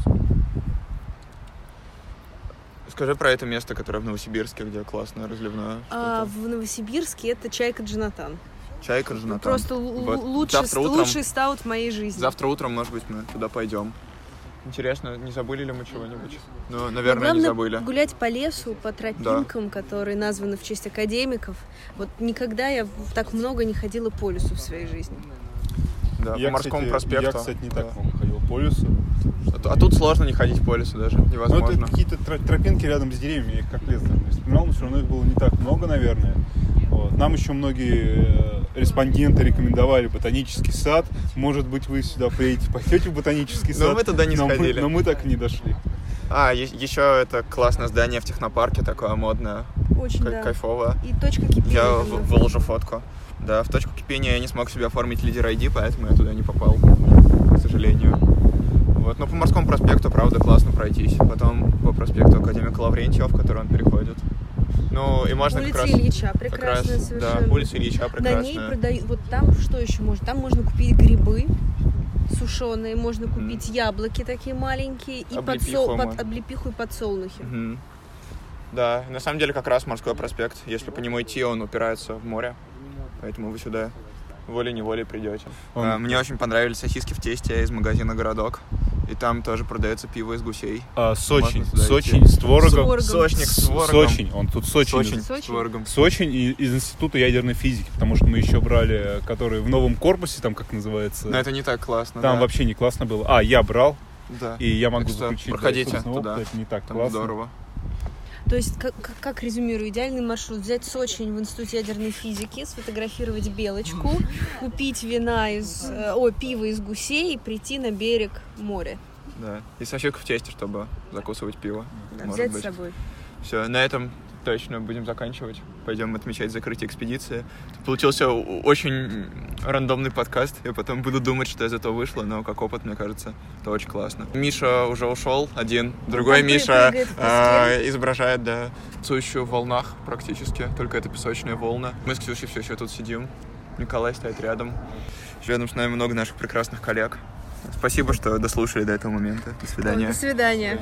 Скажи про это место, которое в Новосибирске, где классное разливное. В Новосибирске это Чайка Джонатан. Чайка Джонатан. Просто лучший стаут в моей жизни. Завтра утром, может быть, мы туда пойдем. Интересно, не забыли ли мы чего-нибудь? Ну, наверное, не забыли. Гулять по лесу, по тропинкам, которые названы в честь академиков. Вот никогда я так много не ходила по лесу в своей жизни. Да, по Морскому проспекту. Я, кстати, не так много ходил по лесу. А тут сложно не ходить по лесу даже, невозможно. Ну, это какие-то тропинки рядом с деревьями, я их как лес даже не вспоминал, но все равно их было не так много, наверное. Вот. Нам еще многие респонденты рекомендовали ботанический сад. Может быть, вы сюда приедете, пойдете в ботанический сад. Но мы туда не сходили. Но мы так и не дошли. Еще это классное здание в технопарке, такое модное. Очень, кайфовое. И точка кипения. Я выложу фотку. Да, в точку кипения я не смог себе оформить лидер ID, поэтому я туда не попал, к сожалению. Вот. Но по Морскому проспекту, правда, классно пройтись. Потом по проспекту Академика Лаврентьева, в который он переходит. Ну, и можно улица как раз... Ильича, прекрасная совершенно. Да, улица Ильича прекрасная. На ней продают... Вот там что еще можно? Там можно купить грибы сушеные, можно купить яблоки такие маленькие, и облепиху и подсолнухи. Да, на самом деле как раз Морской проспект, если по нему идти, он упирается в море. Поэтому вы сюда волей-неволей придете. Мне очень понравились сосиски в тесте из магазина «Городок». И там тоже продается пиво из гусей. Сочинь с творогом. Сочник с творогом. Сочинь, он тут Сочинь с творогом. Сочинь из Института ядерной физики, потому что мы еще брали, который в новом корпусе, там как называется. Но это не так классно. Там вообще не классно было. Я брал. Да. И я могу заключить. Проходите туда. Это не так там классно. Здорово. То есть, как резюмирую, идеальный маршрут: взять Сочинь в Институте ядерной физики, сфотографировать белочку, купить пиво из гусей и прийти на берег моря. Да, и сосиску в тесте, чтобы закусывать пиво. Да, взять с собой. Все, на этом точно будем заканчивать. Пойдем отмечать закрытие экспедиции. Получился очень рандомный подкаст. Я потом буду думать, что из этого вышло, но как опыт, мне кажется, это очень классно. Миша уже ушел один. Другой Миша изображает, танцующую в волнах практически. Только это песочные волны. Мы с Ксюшей все еще тут сидим. Николай стоит рядом. Рядом с нами много наших прекрасных коллег. Спасибо, что дослушали до этого момента. До свидания. До свидания.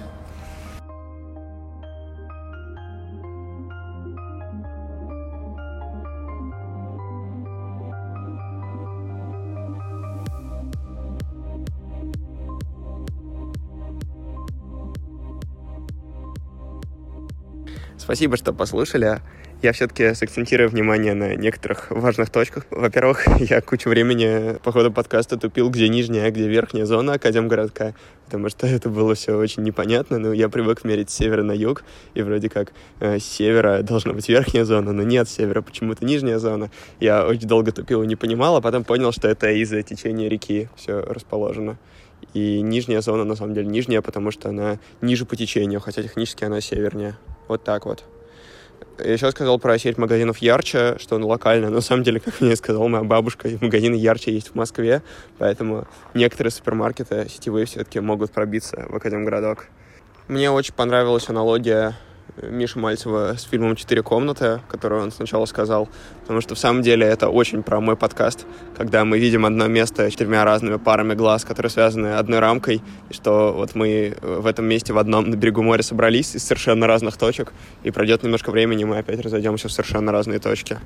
Спасибо, что послушали. Я все-таки сакцентирую внимание на некоторых важных точках. Во-первых, я кучу времени по ходу подкаста тупил, где нижняя, где верхняя зона Академгородка, потому что это было все очень непонятно. Но я привык мерить с севера на юг, и вроде как с севера должна быть верхняя зона, но нет, с севера почему-то нижняя зона. Я очень долго тупил и не понимал, а потом понял, что это из-за течения реки все расположено. И нижняя зона, на самом деле, нижняя, потому что она ниже по течению, хотя технически она севернее. Вот так вот. Я еще сказал про сеть магазинов «Ярче», что он локальный. Но на самом деле, как мне сказала моя бабушка, магазины «Ярче» есть в Москве, поэтому некоторые супермаркеты сетевые все-таки могут пробиться в Академгородок. Мне очень понравилась аналогия Миши Мальцева с фильмом «Четыре комнаты», который он сначала сказал, потому что в самом деле это очень про мой подкаст, когда мы видим одно место 4 разными парами глаз, которые связаны одной рамкой, и что вот мы в этом месте в одном на берегу моря собрались из совершенно разных точек, и пройдет немножко времени, и мы опять разойдемся в совершенно разные точки.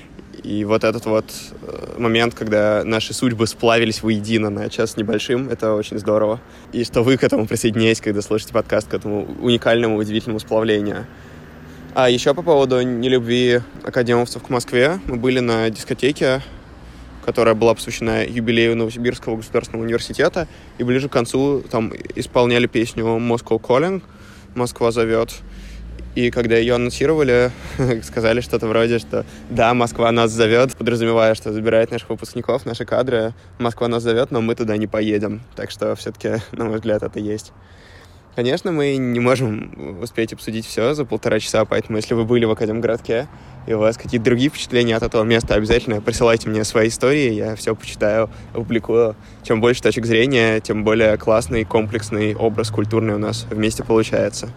И вот этот вот момент, когда наши судьбы сплавились воедино на час с небольшим, это очень здорово. И что вы к этому присоединяетесь, когда слушаете подкаст, к этому уникальному, удивительному сплавлению. А еще по поводу нелюбви академовцев к Москве. Мы были на дискотеке, которая была посвящена юбилею Новосибирского государственного университета, и ближе к концу там исполняли песню «Moscow Calling», «Москва зовет». И когда ее анонсировали, сказали что-то вроде, что да, Москва нас зовет, подразумевая, что забирает наших выпускников, наши кадры. Москва нас зовет, но мы туда не поедем. Так что все-таки, на мой взгляд, это есть. Конечно, мы не можем успеть обсудить все за 1,5 часа, поэтому если вы были в Академгородке и у вас какие-то другие впечатления от этого места, обязательно присылайте мне свои истории, я все почитаю, опубликую. Чем больше точек зрения, тем более классный, комплексный образ культурный у нас вместе получается.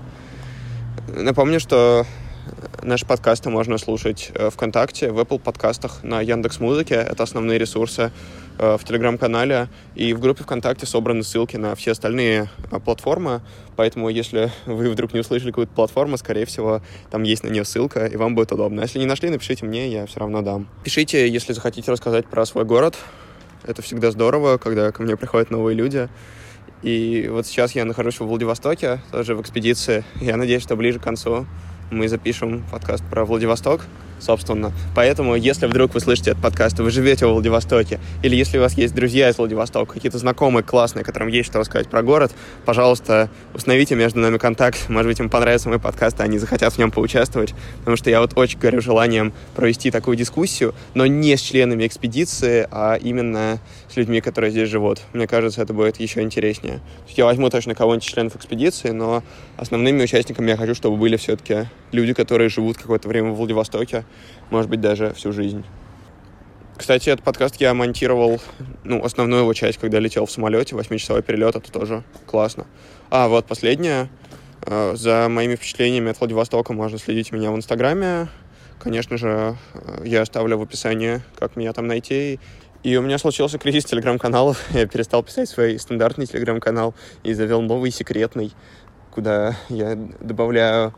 Напомню, что наши подкасты можно слушать ВКонтакте, в Apple подкастах, на Яндекс.Музыке. Это основные ресурсы. В Телеграм-канале и в группе ВКонтакте собраны ссылки на все остальные платформы. Поэтому, если вы вдруг не услышали какую-то платформу, скорее всего, там есть на нее ссылка, и вам будет удобно. Если не нашли, напишите мне, я все равно дам. Пишите, если захотите рассказать про свой город. Это всегда здорово, когда ко мне приходят новые люди. И вот сейчас я нахожусь во Владивостоке, тоже в экспедиции. Я надеюсь, что ближе к концу мы запишем подкаст про Владивосток, собственно. Поэтому, если вдруг вы слышите этот подкаст, и вы живете во Владивостоке, или если у вас есть друзья из Владивостока, какие-то знакомые, классные, которым есть что рассказать про город, пожалуйста, установите между нами контакт. Может быть, им понравится мой подкаст, и они захотят в нем поучаствовать. Потому что я вот очень горю желанием провести такую дискуссию, но не с членами экспедиции, а именно с людьми, которые здесь живут. Мне кажется, это будет еще интереснее. Я возьму точно кого-нибудь из членов экспедиции, но основными участниками я хочу, чтобы были все-таки люди, которые живут какое-то время в Владивостоке, может быть, даже всю жизнь. Кстати, этот подкаст я монтировал, основную его часть, когда летел в самолете, 8-часовой перелет, это тоже классно. А вот последнее. За моими впечатлениями от Владивостока можно следить у меня в Инстаграме. Конечно же, я оставлю в описании, как меня там найти. И у меня случился кризис телеграм-каналов. Я перестал писать свой стандартный телеграм-канал и завел новый секретный, куда я добавляю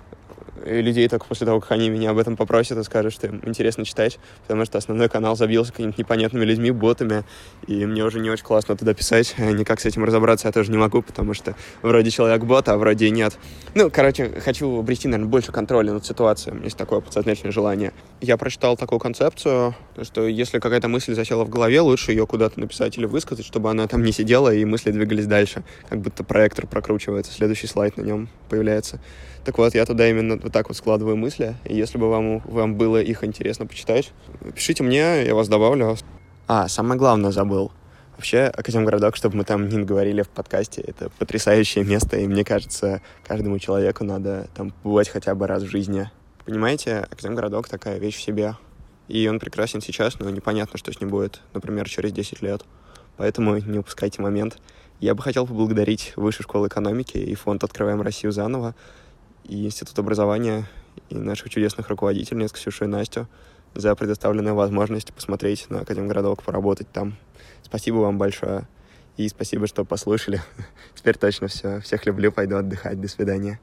людей только после того, как они меня об этом попросят и скажут, что им интересно читать, потому что основной канал забился какими-то непонятными людьми, ботами, и мне уже не очень классно туда писать, никак с этим разобраться я тоже не могу, потому что вроде человек-бот, а вроде и нет. Хочу обрести, наверное, больше контроля над ситуацией, у меня есть такое подсознательное желание. Я прочитал такую концепцию, что если какая-то мысль засела в голове, лучше ее куда-то написать или высказать, чтобы она там не сидела, и мысли двигались дальше, как будто проектор прокручивается, следующий слайд на нем появляется. Так вот, я туда именно вот так вот складываю мысли, и если бы вам было их интересно почитать, пишите мне, я вас добавлю. Самое главное забыл. Вообще, Академгородок, чтобы мы там не наговорили в подкасте, это потрясающее место, и мне кажется, каждому человеку надо там побывать хотя бы раз в жизни. Понимаете, Академгородок такая вещь в себе, и он прекрасен сейчас, но непонятно, что с ним будет, например, через 10 лет. Поэтому не упускайте момент. Я бы хотел поблагодарить Высшую школу экономики и фонд «Открываем Россию заново», и Институт образования, и наших чудесных руководительниц Ксюшу и Настю за предоставленную возможность посмотреть на Академгородок, поработать там. Спасибо вам большое. И спасибо, что послушали. Теперь точно все. Всех люблю, пойду отдыхать. До свидания.